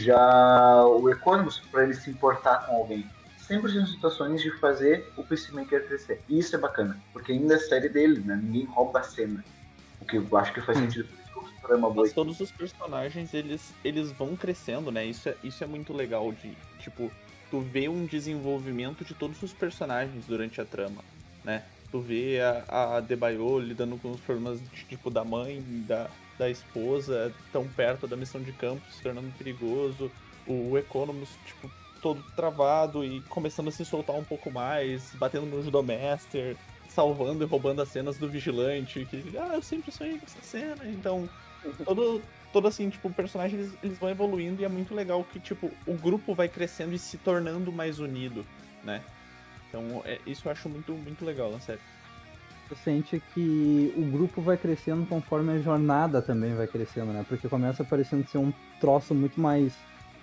Já o Economus, para ele se importar com alguém. Sempre são situações de fazer o Peacemaker crescer. E isso é bacana, porque ainda é a série dele, né? Ninguém rouba a cena. O que eu acho que faz sentido para uma boa. Mas todos os personagens, eles, eles vão crescendo, né? Isso é, isso é muito legal de, tipo, tu vê um desenvolvimento de todos os personagens durante a trama, né? Tu vê a, a Debaio lidando com os problemas de, tipo, da mãe, da, da esposa, tão perto da missão de campo, se tornando perigoso. O Economus, tipo, todo travado e começando a se soltar um pouco mais, batendo no Judomaster, salvando e roubando as cenas do Vigilante, que, ah, eu sempre sonhei com essa cena. Então, todo, todo assim, tipo, o personagem, eles, eles vão evoluindo e é muito legal que, tipo, o grupo vai crescendo e se tornando mais unido, né? Então, é, isso eu acho muito, muito legal na série. Tu sente que o grupo vai crescendo conforme a jornada também vai crescendo, né? Porque começa parecendo ser um troço muito mais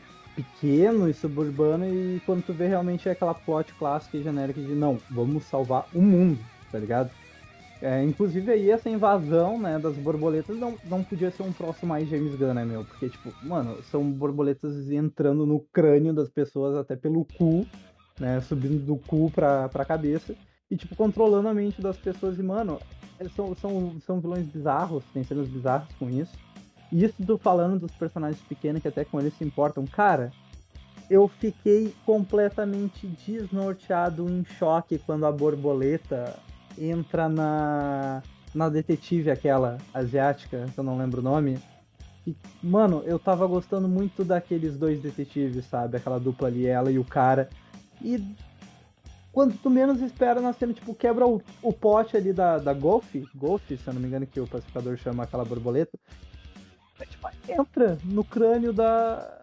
pequeno e suburbano, e quando tu vê realmente é aquela plot clássica e genérica de não, vamos salvar o mundo, tá ligado? É, inclusive aí essa invasão, né, das borboletas não, não podia ser um troço mais James Gunn, né, meu? Porque, tipo, mano, são borboletas entrando no crânio das pessoas até pelo cu, né, subindo do cu pra, pra cabeça e, tipo, controlando a mente das pessoas e, mano, são, são, são vilões bizarros, tem cenas bizarras com isso. E isso tô falando dos personagens pequenos que até com eles se importam. Cara, eu fiquei completamente desnorteado, em choque, quando a borboleta entra na, na detetive, aquela asiática, que eu não lembro o nome. E, mano, eu tava gostando muito daqueles dois detetives, sabe? Aquela dupla ali, ela e o cara. E quando tu menos espera na cena, tipo, quebra o, o pote ali da, da Golf, Golf, se eu não me engano, que o pacificador chama aquela borboleta. Tipo, entra no crânio da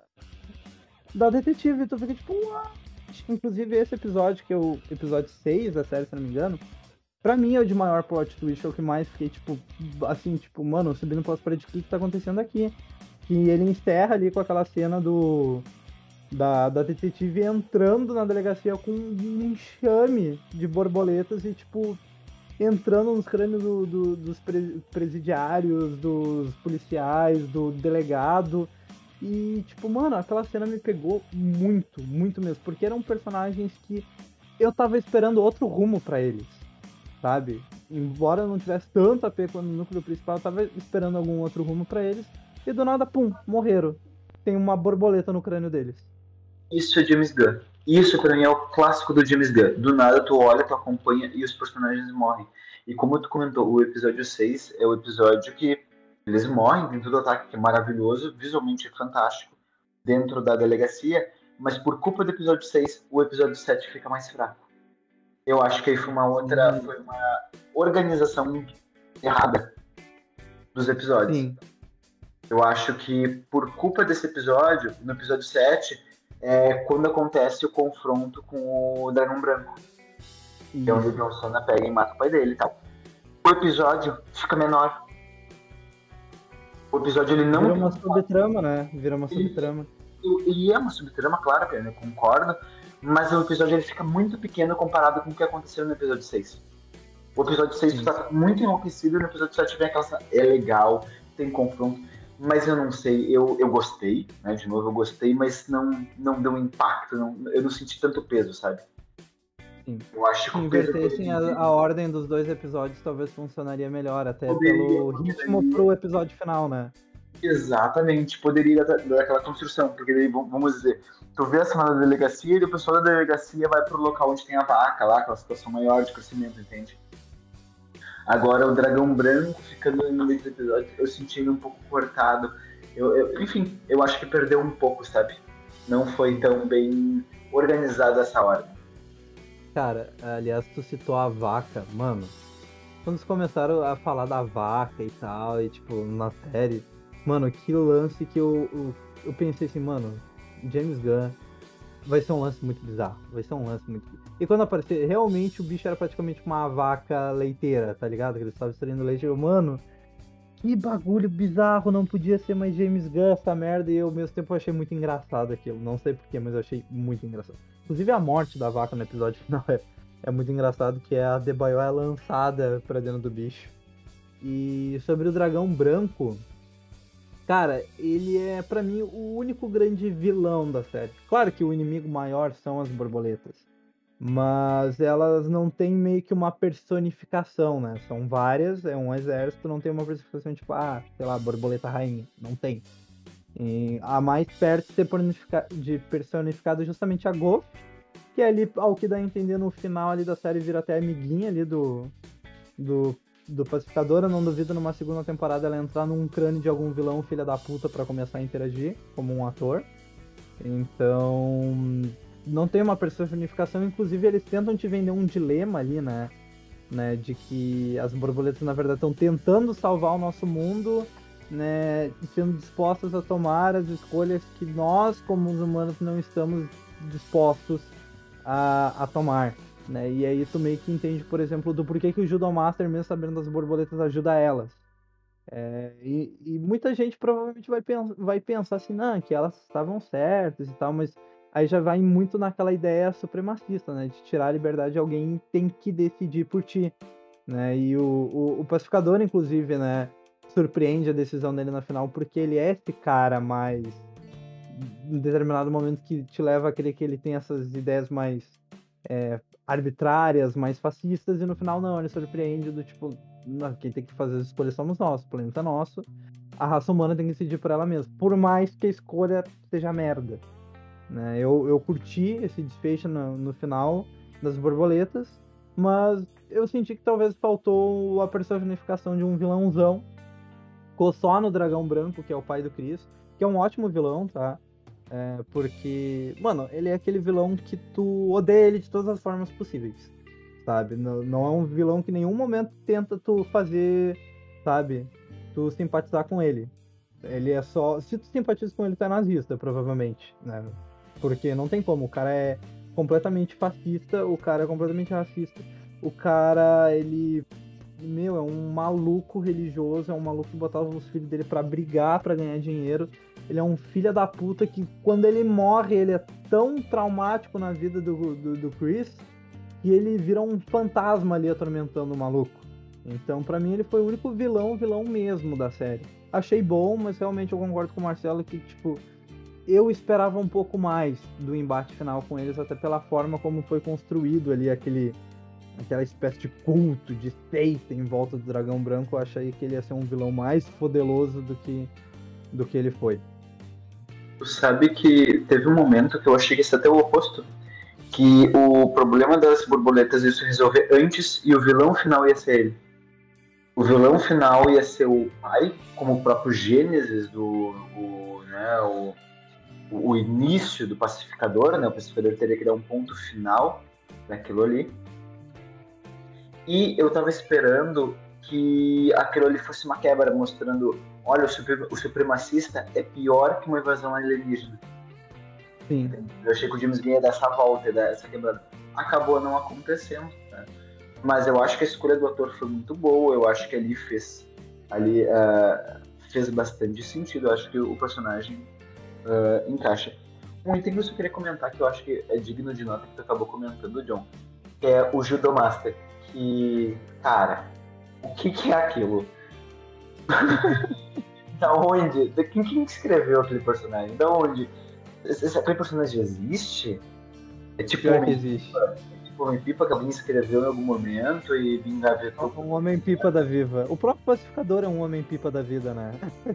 da detetive, e tu fica tipo, uau. Inclusive esse episódio, que é o episódio seis da série, se não me engano, pra mim é o de maior plot twist, é o que mais fiquei tipo, assim, tipo, mano, subindo pelas paredes, o que que tá acontecendo aqui? Que ele encerra ali com aquela cena do Da, da detetive entrando na delegacia com um enxame de borboletas e, tipo, entrando nos crânios do, do, dos presidiários, dos policiais, do delegado. E, tipo, mano, aquela cena me pegou muito, muito mesmo. Porque eram personagens que eu tava esperando outro rumo pra eles, sabe? Embora não tivesse tanto a ver com o núcleo principal, eu tava esperando algum outro rumo pra eles. E do nada, pum, morreram. Tem uma borboleta no crânio deles. Isso é James Gunn. Isso pra mim é o clássico do James Gunn. Do nada tu olha, tu acompanha e os personagens morrem. E como tu comentou, o episódio seis é o episódio que eles morrem dentro do ataque, que é maravilhoso, visualmente é fantástico, dentro da delegacia, mas por culpa do episódio seis, o episódio sete fica mais fraco. Eu acho que aí foi uma outra, hum. foi uma organização errada dos episódios. Sim. Eu acho que por culpa desse episódio, no episódio sete, é quando acontece o confronto com o Dragão Branco. Isso. Que é onde o Jon Snow pega e mata o pai dele e tal. O episódio fica menor. O episódio ele não... Vira uma subtrama, né? Vira uma subtrama. E é uma subtrama, claro, eu concordo. Mas o episódio ele fica muito pequeno comparado com o que aconteceu no episódio seis. O episódio seis está muito enlouquecido, no episódio sete vem aquela... É legal, tem confronto. Mas eu não sei, eu, eu gostei, né? De novo, eu gostei, mas não, não deu impacto, não, eu não senti tanto peso, sabe? Sim. Eu acho que se invertessem a, a ordem dos dois episódios, talvez funcionaria melhor, até poderia, pelo ritmo poderia. Pro episódio final, né? Exatamente, poderia dar, dar aquela construção, porque daí, vamos dizer, tu vê a cena da delegacia e o pessoal da delegacia vai pro local onde tem a vaca lá, aquela situação maior de crescimento, entende? Agora, o Dragão Branco, ficando no meio do episódio, eu senti ele um pouco cortado. Eu, eu, enfim, eu acho que perdeu um pouco, sabe? Não foi tão bem organizada essa ordem. Cara, aliás, tu citou a vaca, mano. Quando eles começaram a falar da vaca e tal, e tipo, na série, mano, que lance que eu, eu, eu pensei assim, mano, James Gunn, vai ser um lance muito bizarro, vai ser um lance muito... E quando aparecer, realmente o bicho era praticamente uma vaca leiteira, tá ligado? Que ele estava extraindo leite. Eu, mano, que bagulho bizarro, não podia ser mais James Gunn essa merda. E eu, ao mesmo tempo, achei muito engraçado aquilo. Não sei porquê, mas eu achei muito engraçado. Inclusive a morte da vaca no episódio final é, é muito engraçado, que é a Debaio é lançada pra dentro do bicho. E sobre o Dragão Branco... Cara, ele é, pra mim, o único grande vilão da série. Claro que o inimigo maior são as borboletas. Mas elas não têm meio que uma personificação, né? São várias, é um exército, não tem uma personificação tipo, ah, sei lá, borboleta rainha. Não tem. E a mais perto de ser de personificado é justamente a Goff, que é ali, ao que dá a entender no final ali da série, vira até amiguinha ali do... do do Pacificador. Eu não duvido numa segunda temporada ela entrar num crânio de algum vilão filha da puta pra começar a interagir como um ator. Então não tem uma personificação, inclusive eles tentam te vender um dilema ali, né, né de que as borboletas na verdade estão tentando salvar o nosso mundo, né, sendo dispostas a tomar as escolhas que nós como os humanos não estamos dispostos a, a tomar. Né? E aí tu meio que entende, por exemplo, do porquê que o Judo Master, mesmo sabendo das borboletas, ajuda elas. É, e, e muita gente provavelmente vai, pens vai pensar assim, não, que elas estavam certas e tal, mas aí já vai muito naquela ideia supremacista, né? De tirar a liberdade de alguém tem que decidir por ti. Né? E o, o, o Pacificador, inclusive, né, surpreende a decisão dele na final, porque ele é esse cara mais... em determinado momento que te leva a crer que ele tem essas ideias mais... É, arbitrárias, mais fascistas, e no final não, ele surpreende do tipo, não, quem tem que fazer as escolhas somos nós, o planeta é nosso, a raça humana tem que decidir por ela mesma, por mais que a escolha seja merda. Né? Eu, eu curti esse desfecho no, no final das borboletas, mas eu senti que talvez faltou a personificação de um vilãozão, ficou só no Dragão Branco, que é o pai do Chris, que é um ótimo vilão, tá? É, porque, mano, ele é aquele vilão que tu odeia ele de todas as formas possíveis, sabe? Não, não é um vilão que em nenhum momento tenta tu fazer, sabe? Tu simpatizar com ele. Ele é só... Se tu simpatiza com ele, tu é nazista, provavelmente, né? Porque não tem como, o cara é completamente fascista, o cara é completamente racista, o cara, ele... Meu, é um maluco religioso, é um maluco que botava os filhos dele pra brigar, pra ganhar dinheiro. ele é um filho da puta que quando ele morre, ele é tão traumático na vida do, do, do Chris que ele vira um fantasma ali atormentando o maluco. Então, pra mim, ele foi o único vilão, vilão mesmo da série. Achei bom, mas realmente eu concordo com o Marcelo que, tipo, eu esperava um pouco mais do embate final com eles, até pela forma como foi construído ali aquele, aquela espécie de culto, de seita em volta do Dragão Branco. Eu achei que ele ia ser um vilão mais poderoso do que, do que ele foi. Tu sabe que teve um momento que eu achei que ia ser até o oposto, que o problema das borboletas ia se resolver antes e o vilão final ia ser ele. O vilão final ia ser o pai, como o próprio Gênesis do, o, né, o, o início do pacificador, né? O pacificador teria que dar um ponto final naquilo ali. E eu tava esperando que aquilo ali fosse uma quebra, mostrando, olha, o, super, o supremacista é pior que uma invasão alienígena. Sim. Eu achei que o James Gunn ia dar essa volta, dar essa quebrada. Acabou não acontecendo, né? Mas eu acho que a escolha do ator foi muito boa, eu acho que ali fez, ali, uh, fez bastante sentido, eu acho que o personagem uh, encaixa. Um item que eu só queria comentar, que eu acho que é digno de nota, que tu acabou comentando, John, é o Judomaster, que, cara, o que, que é aquilo? Da onde? Quem, quem escreveu aquele personagem? Da onde? Esse, aquele personagem existe? É tipo um existe. Um Homem-Pipa que alguém escreveu em algum momento e engavetou. Um Homem-Pipa da Viva. O próprio Pacificador é um Homem-Pipa da vida, né?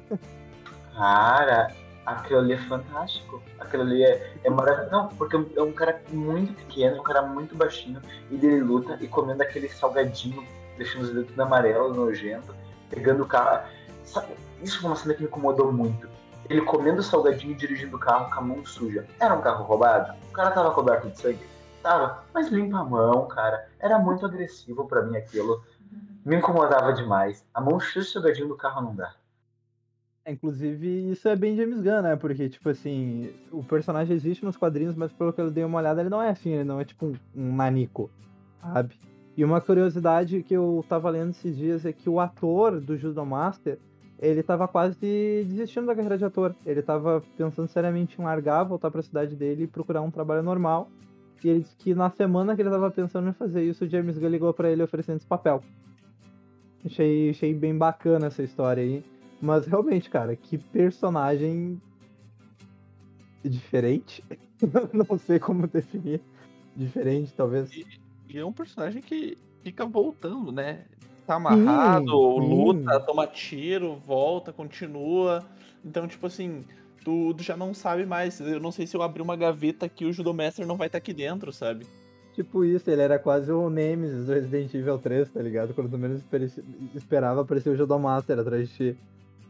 Cara, aquilo ali é fantástico. Aquilo ali é, é maravilhoso. Não, porque é um cara muito pequeno, um cara muito baixinho, e ele luta e comendo aquele salgadinho, deixando os dedos amarelos, nojento, pegando o carro. Sabe, isso foi uma cena que me incomodou muito. Ele comendo o salgadinho e dirigindo o carro com a mão suja. Era um carro roubado? O cara tava coberto de sangue? Tava, mas limpa a mão, cara. Era muito agressivo pra mim aquilo. Me incomodava demais. A mão suja de salgadinho do carro não dá. Inclusive, isso é bem James Gunn, né? Porque, tipo assim, o personagem existe nos quadrinhos, mas pelo que eu dei uma olhada, ele não é assim, ele não é tipo um, um nanico, sabe? E uma curiosidade que eu tava lendo esses dias é que o ator do Judomaster, ele tava quase desistindo da carreira de ator. Ele tava pensando seriamente em largar, voltar pra cidade dele e procurar um trabalho normal. E ele disse que na semana que ele tava pensando em fazer isso, o James Gunn ligou pra ele oferecendo esse papel. Achei, achei bem bacana essa história aí. Mas realmente, cara, que personagem diferente. Não sei como definir. Diferente, talvez. E, e é um personagem que fica voltando, né? Tá amarrado, sim, luta, sim. Toma tiro, volta, continua. Então, tipo assim, tu, tu já não sabe mais. Eu não sei se eu abrir uma gaveta aqui, o Judomaster não vai estar aqui dentro, sabe? Tipo isso, ele era quase o Nemesis do Resident Evil três, tá ligado? Quando tu menos esperava aparecer o Judomaster atrás de ti.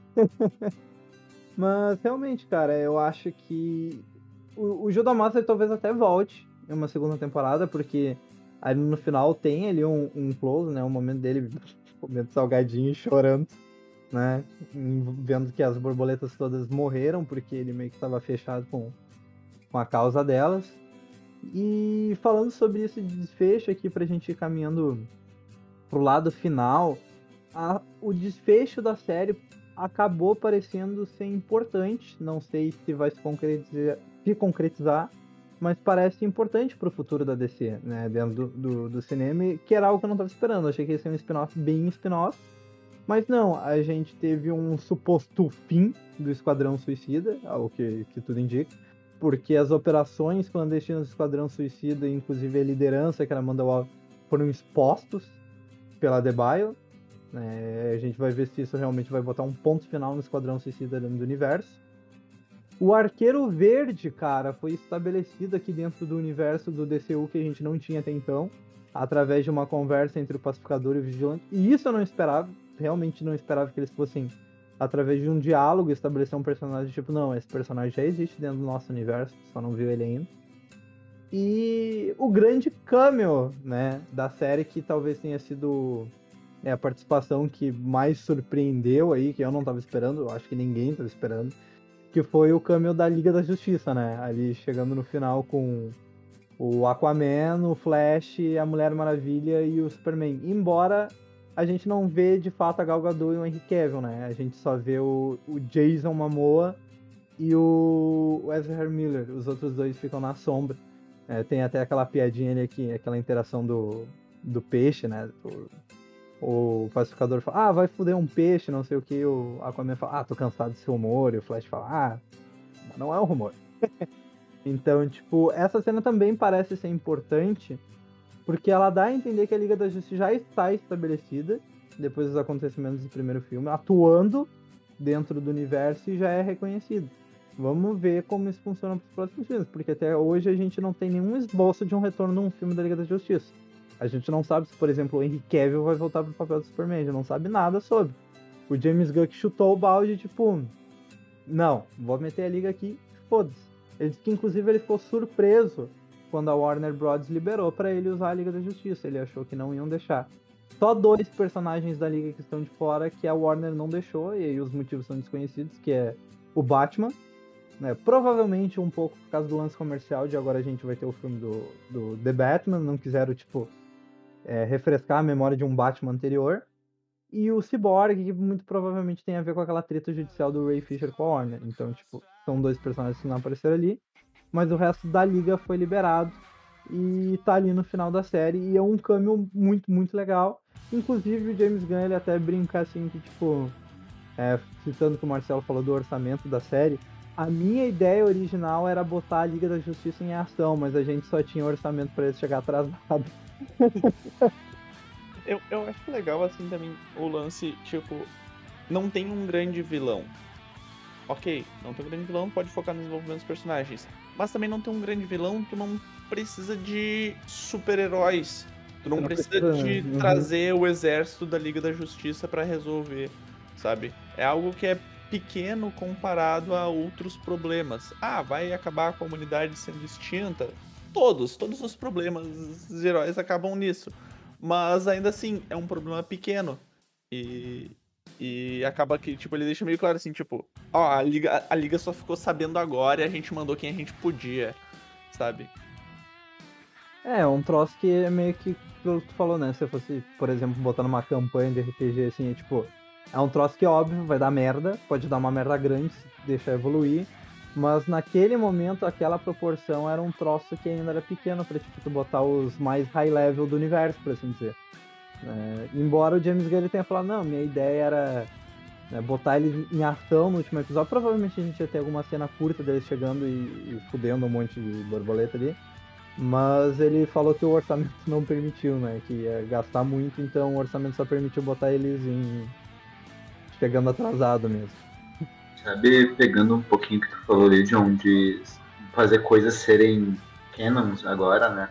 Mas realmente, cara, eu acho que o, o Judomaster talvez até volte em uma segunda temporada, porque aí no final tem ali um, um close, né? Um momento dele comendo salgadinho e chorando, né? Vendo que as borboletas todas morreram, porque ele meio que estava fechado com, com a causa delas. E falando sobre esse desfecho aqui, pra gente ir caminhando pro lado final, a, o desfecho da série acabou parecendo ser importante. Não sei se vai se concretizar, se concretizar, mas parece importante pro futuro da D C, né? Dentro do, do, do cinema, que era algo que eu não estava esperando. Eu achei que ia ser um spin-off bem spin-off. Mas não, a gente teve um suposto fim do Esquadrão Suicida, ao que, que tudo indica. Porque as operações clandestinas do Esquadrão Suicida, inclusive a liderança, que era Amanda Waller, foram expostos pela The Bio. É, a gente vai ver se isso realmente vai botar um ponto final no Esquadrão Suicida dentro do universo. O Arqueiro Verde, cara, foi estabelecido aqui dentro do universo do D C U que a gente não tinha até então, através de uma conversa entre o Pacificador e o Vigilante. E isso eu não esperava, realmente não esperava que eles fossem, através de um diálogo, estabelecer um personagem tipo, não, esse personagem já existe dentro do nosso universo, só não viu ele ainda. E o grande cameo, né, da série, que talvez tenha sido é, a participação que mais surpreendeu aí, que eu não estava esperando, eu acho que ninguém estava esperando, que foi o cameo da Liga da Justiça, né, ali chegando no final com o Aquaman, o Flash, a Mulher Maravilha e o Superman. Embora a gente não vê de fato a Gal Gadot e o Henry Cavill, né, a gente só vê o, o Jason Momoa e o, o Ezra Miller. Os outros dois ficam na sombra. É, tem até aquela piadinha ali aqui, aquela interação do, do peixe, né? O, o pacificador fala, ah, vai foder um peixe, não sei o que. O Aquaman fala, ah, tô cansado desse rumor. E o Flash fala, ah, não é um rumor. Então, tipo, essa cena também parece ser importante, porque ela dá a entender que a Liga da Justiça já está estabelecida, depois dos acontecimentos do primeiro filme, atuando dentro do universo e já é reconhecido. Vamos ver como isso funciona para os próximos filmes, porque até hoje a gente não tem nenhum esboço de um retorno num filme da Liga da Justiça. A gente não sabe se, por exemplo, o Henry Cavill vai voltar pro papel do Superman, a gente não sabe nada sobre. O James Gunn que chutou o balde, tipo, não, vou meter a Liga aqui, foda-se. Ele disse que, inclusive, ele ficou surpreso quando a Warner Bros. Liberou para ele usar a Liga da Justiça. Ele achou que não iam deixar. Só dois personagens da Liga que estão de fora que a Warner não deixou, e aí os motivos são desconhecidos, que é o Batman, né? Provavelmente um pouco por causa do lance comercial de agora a gente vai ter o filme do, do The Batman, não quiseram, tipo, é, refrescar a memória de um Batman anterior. E o Cyborg, que muito provavelmente tem a ver com aquela treta judicial do Ray Fisher com a Warner. Então, tipo, são dois personagens que não apareceram ali. Mas o resto da Liga foi liberado e tá ali no final da série. E é um cameo muito, muito legal. Inclusive, o James Gunn, ele até brinca assim que, tipo, é, citando que o Marcelo falou do orçamento da série, a minha ideia original era botar a Liga da Justiça em ação, mas a gente só tinha orçamento pra ele chegar atrasado. Eu, eu acho legal, assim, também, o lance, tipo, não tem um grande vilão. Ok, não tem um grande vilão, pode focar no desenvolvimento dos personagens. Mas também não tem um grande vilão, tu não precisa de super-heróis. Tu não, não precisa, precisa de uhum. trazer o exército da Liga da Justiça pra resolver, sabe? É algo que é pequeno comparado a outros problemas. Ah, vai acabar a comunidade sendo extinta? Todos, todos os problemas, os heróis acabam nisso. Mas ainda assim, é um problema pequeno. E, e acaba que, tipo, ele deixa meio claro assim, tipo, ó, a Liga, a Liga só ficou sabendo agora e a gente mandou quem a gente podia, sabe? É, um troço que é meio que pelo que tu falou, né? Se eu fosse, por exemplo, botar numa campanha de R P G assim, é tipo, é um troço que, óbvio, vai dar merda, pode dar uma merda grande se deixar evoluir. Mas naquele momento, aquela proporção era um troço que ainda era pequeno pra, tipo, tu botar os mais high level do universo, por assim dizer. É, embora o James Gunn ele tenha falado, não, minha ideia era, né, botar eles em ação no último episódio. Provavelmente a gente ia ter alguma cena curta deles chegando e, e fudendo um monte de borboleta ali. Mas ele falou que o orçamento não permitiu, né? Que ia gastar muito, então o orçamento só permitiu botar eles em... chegando atrasado mesmo. Sabe, pegando um pouquinho que tu falou ali, John, de fazer coisas serem canons agora, né?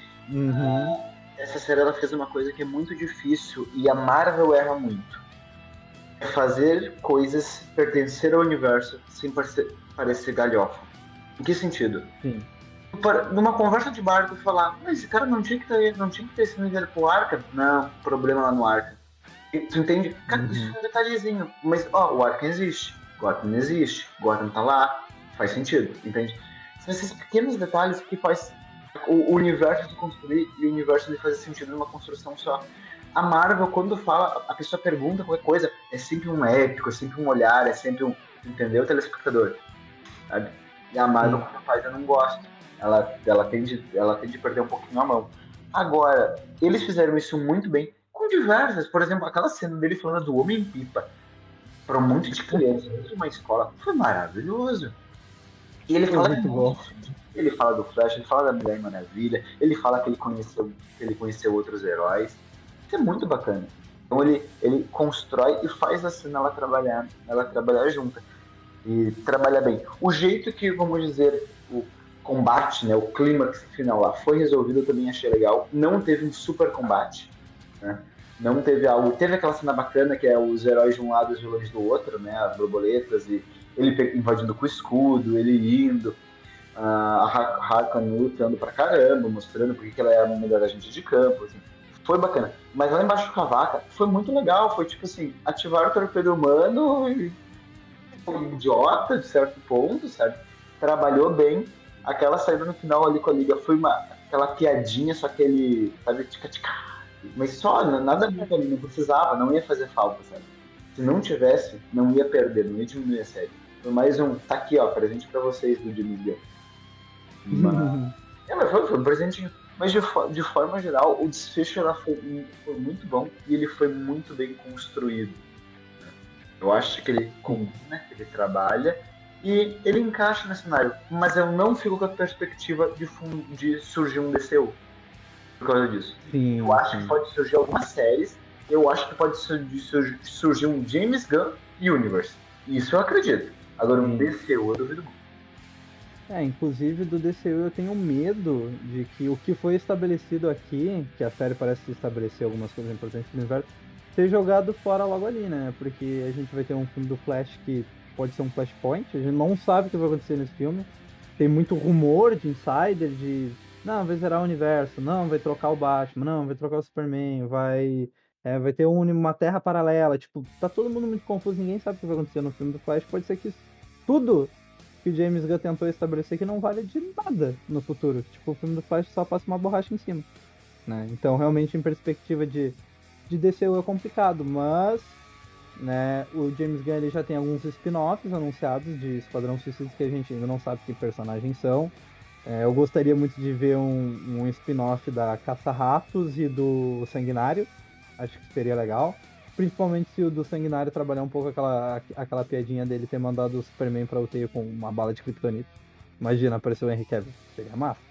Uhum. Essa série, ela fez uma coisa que é muito difícil e a Marvel erra muito. É fazer coisas pertencer ao universo sem parecer, parecer galhofa. Em que sentido? Sim. Numa conversa de bar, tu falar, mas esse cara não tinha que ter, não tinha que ter esse nível pro Arkham? Não, problema lá no Arkham. E tu entende? Cara, uhum. Isso é um detalhezinho. Mas, ó, o Arkham existe. Gotham existe, Gotham tá lá, faz sentido, entende? São esses pequenos detalhes que faz o universo se construir e o universo fazer sentido numa construção só. A Marvel, quando fala, a pessoa pergunta qualquer coisa, é sempre um épico, é sempre um olhar, é sempre um... Entendeu, telespectador? Sabe? E a Marvel, quando faz, eu não gosto. Ela, ela, tende, ela tende a perder um pouquinho a mão. Agora, eles fizeram isso muito bem, com diversas. Por exemplo, aquela cena dele falando do Homem-Pipa para um monte de crianças dentro de uma escola foi maravilhoso. E ele fala muito bom. Ele fala do Flash, ele fala da Mulher Maravilha, ele fala que ele conheceu, que ele conheceu outros heróis. Isso é muito bacana. Então ele, ele constrói e faz a cena ela trabalhar, ela trabalhar junta e trabalhar bem. O jeito que, vamos dizer, o combate, né, o clímax final lá foi resolvido, eu também achei legal. Não teve um super combate, né? Não teve algo... Teve aquela cena bacana que é os heróis de um lado e os vilões do outro, né? As borboletas e ele invadindo com o escudo, ele indo, a Harkan lutando pra caramba, mostrando porque que ela é a melhor agente de campo, assim. Foi bacana. Mas lá embaixo do cavaca foi muito legal, foi tipo assim, ativar o torpedo humano e... um idiota, de certo ponto, sabe? Trabalhou bem. Aquela saída no final ali com a Liga foi uma... aquela piadinha, só aquele, sabe, tica-tica. Mas só, nada muito ali, não precisava, não ia fazer falta, sabe? Se não tivesse, não ia perder, não ia diminuir a série. Foi mais um, tá aqui, ó, presente pra vocês do James Gunn. Mas, é, mas foi, foi um presentinho. Mas de, de forma geral, o desfecho ela foi, foi muito bom e ele foi muito bem construído. Eu acho que ele combina, que ele trabalha e ele encaixa no cenário. Mas eu não fico com a perspectiva de, de surgir um D C U por causa disso. Sim, eu acho sim. que pode surgir algumas séries. Eu acho que pode surgir, surgir um James Gunn Universe. Isso eu acredito. Agora um D C U eu duvido muito. É, inclusive do D C U eu tenho medo de que o que foi estabelecido aqui, que a série parece estabelecer algumas coisas importantes no universo, ser jogado fora logo ali, né? Porque a gente vai ter um filme do Flash que pode ser um Flashpoint, a gente não sabe o que vai acontecer nesse filme. Tem muito rumor de insider de, não, vai zerar o universo, não, vai trocar o Batman, não, vai trocar o Superman, vai, é, vai ter um, uma terra paralela, tipo, tá todo mundo muito confuso, ninguém sabe o que vai acontecer no filme do Flash, pode ser que tudo que o James Gunn tentou estabelecer que não vale de nada no futuro. Tipo, o filme do Flash só passa uma borracha em cima, né? Então, realmente, em perspectiva de, de D C U é complicado, mas, né, o James Gunn ele já tem alguns spin-offs anunciados de Esquadrão Suicida que a gente ainda não sabe que personagens são. É, eu gostaria muito de ver um, um spin-off da Caça-Ratos e do Sanguinário. Acho que seria legal. Principalmente se o do Sanguinário trabalhar um pouco aquela, aquela piadinha dele ter mandado o Superman pra U T I com uma bala de kryptonita. Imagina, apareceu o Henry Cavill. Seria massa.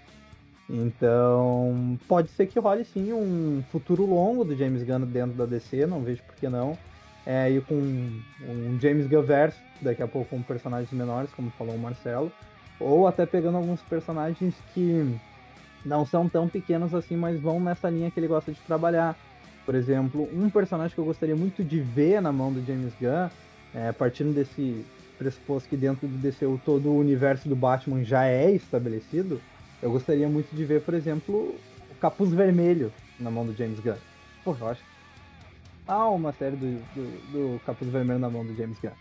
Então, pode ser que role sim um futuro longo do James Gunn dentro da D C, não vejo por que não. É, e com um James Gunn verso, daqui a pouco com personagens menores, como falou o Marcelo. Ou até pegando alguns personagens que não são tão pequenos assim, mas vão nessa linha que ele gosta de trabalhar. Por exemplo, um personagem que eu gostaria muito de ver na mão do James Gunn, é, partindo desse pressuposto que dentro do D C U todo o universo do Batman já é estabelecido, eu gostaria muito de ver, por exemplo, o Capuz Vermelho na mão do James Gunn. Pô, eu acho ah, uma série do, do, do Capuz Vermelho na mão do James Gunn.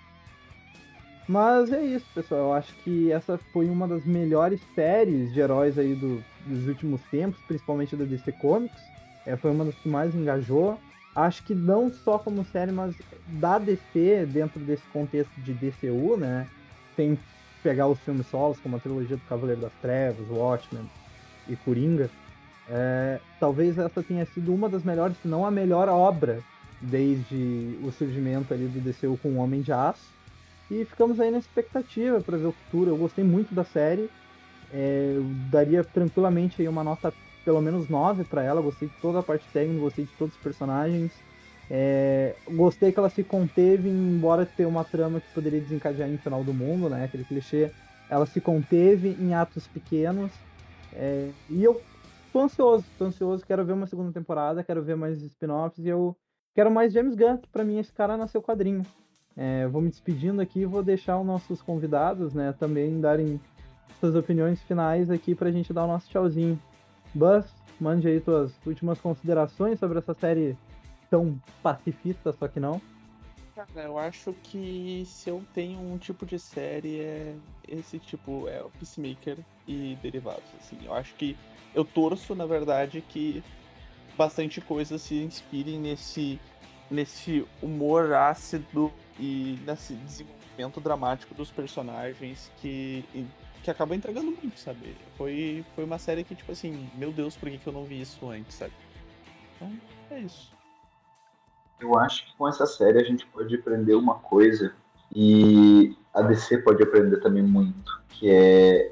Mas é isso, pessoal. Eu acho que essa foi uma das melhores séries de heróis aí do, dos últimos tempos, principalmente da D C Comics. É, foi uma das que mais engajou. Acho que não só como série, mas da D C, dentro desse contexto de D C U, né? Tem pegar os filmes solos, como a trilogia do Cavaleiro das Trevas, Watchmen e Coringa. É, talvez essa tenha sido uma das melhores, se não a melhor obra, desde o surgimento ali do D C U com o Homem de Aço. E ficamos aí na expectativa para ver o futuro. Eu gostei muito da série. É, eu daria tranquilamente aí uma nota pelo menos nove para ela. Gostei de toda a parte técnica, gostei de todos os personagens. É, gostei que ela se conteve, embora ter uma trama que poderia desencadear em Final do Mundo, né? Aquele clichê. Ela se conteve em atos pequenos. É, e eu tô ansioso, tô ansioso. Quero ver uma segunda temporada, quero ver mais spin-offs. E eu quero mais James Gunn, que pra mim esse cara nasceu quadrinho. É, vou me despedindo aqui e vou deixar os nossos convidados, né, também darem suas opiniões finais aqui pra gente dar o nosso tchauzinho. Buzz, mande aí tuas últimas considerações sobre essa série tão pacifista, só que não. Cara, eu acho que se eu tenho um tipo de série, é esse tipo, é o Peacemaker e derivados, assim. Eu acho que eu torço, na verdade, que bastante coisa se inspire nesse, nesse humor ácido e nesse desenvolvimento dramático dos personagens que, que acabou entregando muito, sabe? Foi, foi uma série que, tipo assim, meu Deus, por que, que eu não vi isso antes, sabe? Então, é isso. Eu acho que com essa série a gente pode aprender uma coisa e a D C pode aprender também muito, que é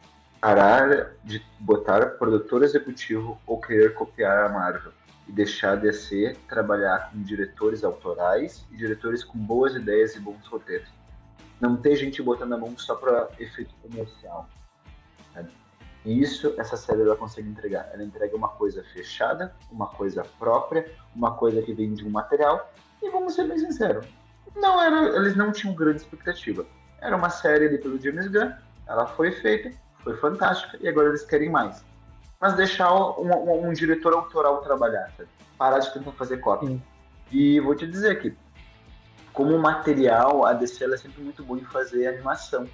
parar de botar produtor executivo ou querer copiar a Marvel e deixar a D C trabalhar com diretores autorais e diretores com boas ideias e bons roteiros. Não ter gente botando a mão só para efeito comercial. Sabe? E isso, essa série ela consegue entregar. Ela entrega uma coisa fechada, uma coisa própria, uma coisa que vem de um material. E vamos ser bem sinceros, não era, eles não tinham grande expectativa. Era uma série ali pelo James Gunn, ela foi feita, foi fantástica, e agora eles querem mais. Mas deixar um, um, um diretor autoral trabalhar, sabe? Parar de tentar fazer cópia. Sim. E vou te dizer que, como material, a D C ela é sempre muito boa em fazer animação.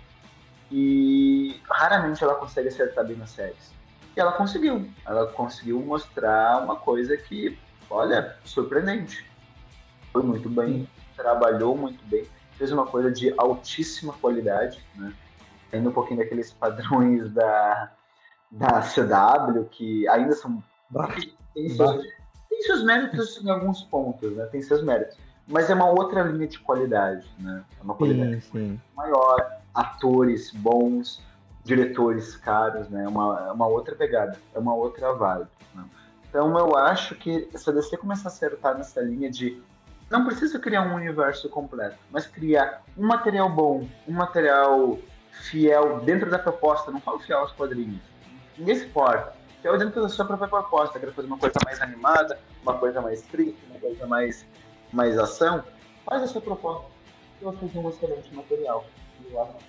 E raramente ela consegue acertar bem nas séries. E ela conseguiu. Ela conseguiu mostrar uma coisa que, olha, surpreendente. Foi muito bem, Sim. trabalhou muito bem, fez uma coisa de altíssima qualidade, né? Ainda um pouquinho daqueles padrões da, da C W, que ainda são... Tem seus, tem seus méritos em alguns pontos, né? Tem seus méritos. Mas é uma outra linha de qualidade, né? É uma qualidade sim, sim. maior, atores bons, diretores caros, né? É uma, é uma outra pegada, é uma outra vibe, né? Então eu acho que se a D C começar a acertar nessa linha de não precisa criar um universo completo, mas criar um material bom, um material fiel dentro da proposta, não falo fiel aos quadrinhos, ninguém se importa, fiel dentro da sua própria proposta, quer fazer uma coisa mais animada, uma coisa mais triste, uma coisa mais, mais ação, faz a sua proposta e vai fazer um excelente material. Eu acho.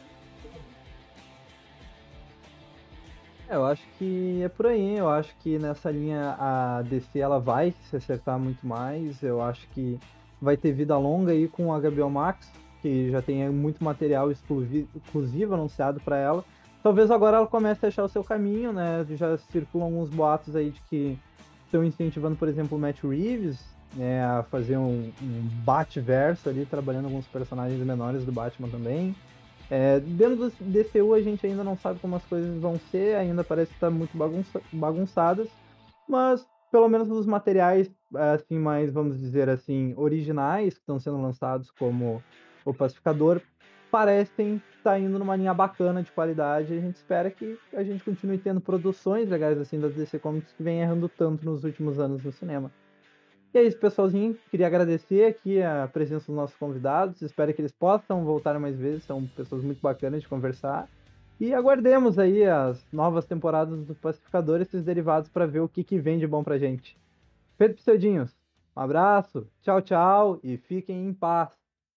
É, eu acho que é por aí, eu acho que nessa linha a D C ela vai se acertar muito mais, eu acho que vai ter vida longa aí com a H B O Max, que já tem muito material exclusivo, exclusivo anunciado para ela. Talvez agora ela comece a achar o seu caminho, né? Já circulam alguns boatos aí de que estão incentivando, por exemplo, o Matt Reeves, né, a fazer um, um Batverso ali, trabalhando alguns personagens menores do Batman também. É, dentro do D C U a gente ainda não sabe como as coisas vão ser, ainda parece estar muito bagunça, bagunçadas, mas pelo menos os materiais, assim, mais, vamos dizer assim, originais, que estão sendo lançados como o Pacificador, parecem estar indo numa linha bacana de qualidade, e a gente espera que a gente continue tendo produções legais assim das D C Comics que vem errando tanto nos últimos anos no cinema. E é isso, pessoalzinho. Queria agradecer aqui a presença dos nossos convidados. Espero que eles possam voltar mais vezes. São pessoas muito bacanas de conversar. E aguardemos aí as novas temporadas do Pacificador e esses derivados para ver o que, que vem de bom pra gente. Feito, Pseudinhos. Um abraço, tchau, tchau e fiquem em paz.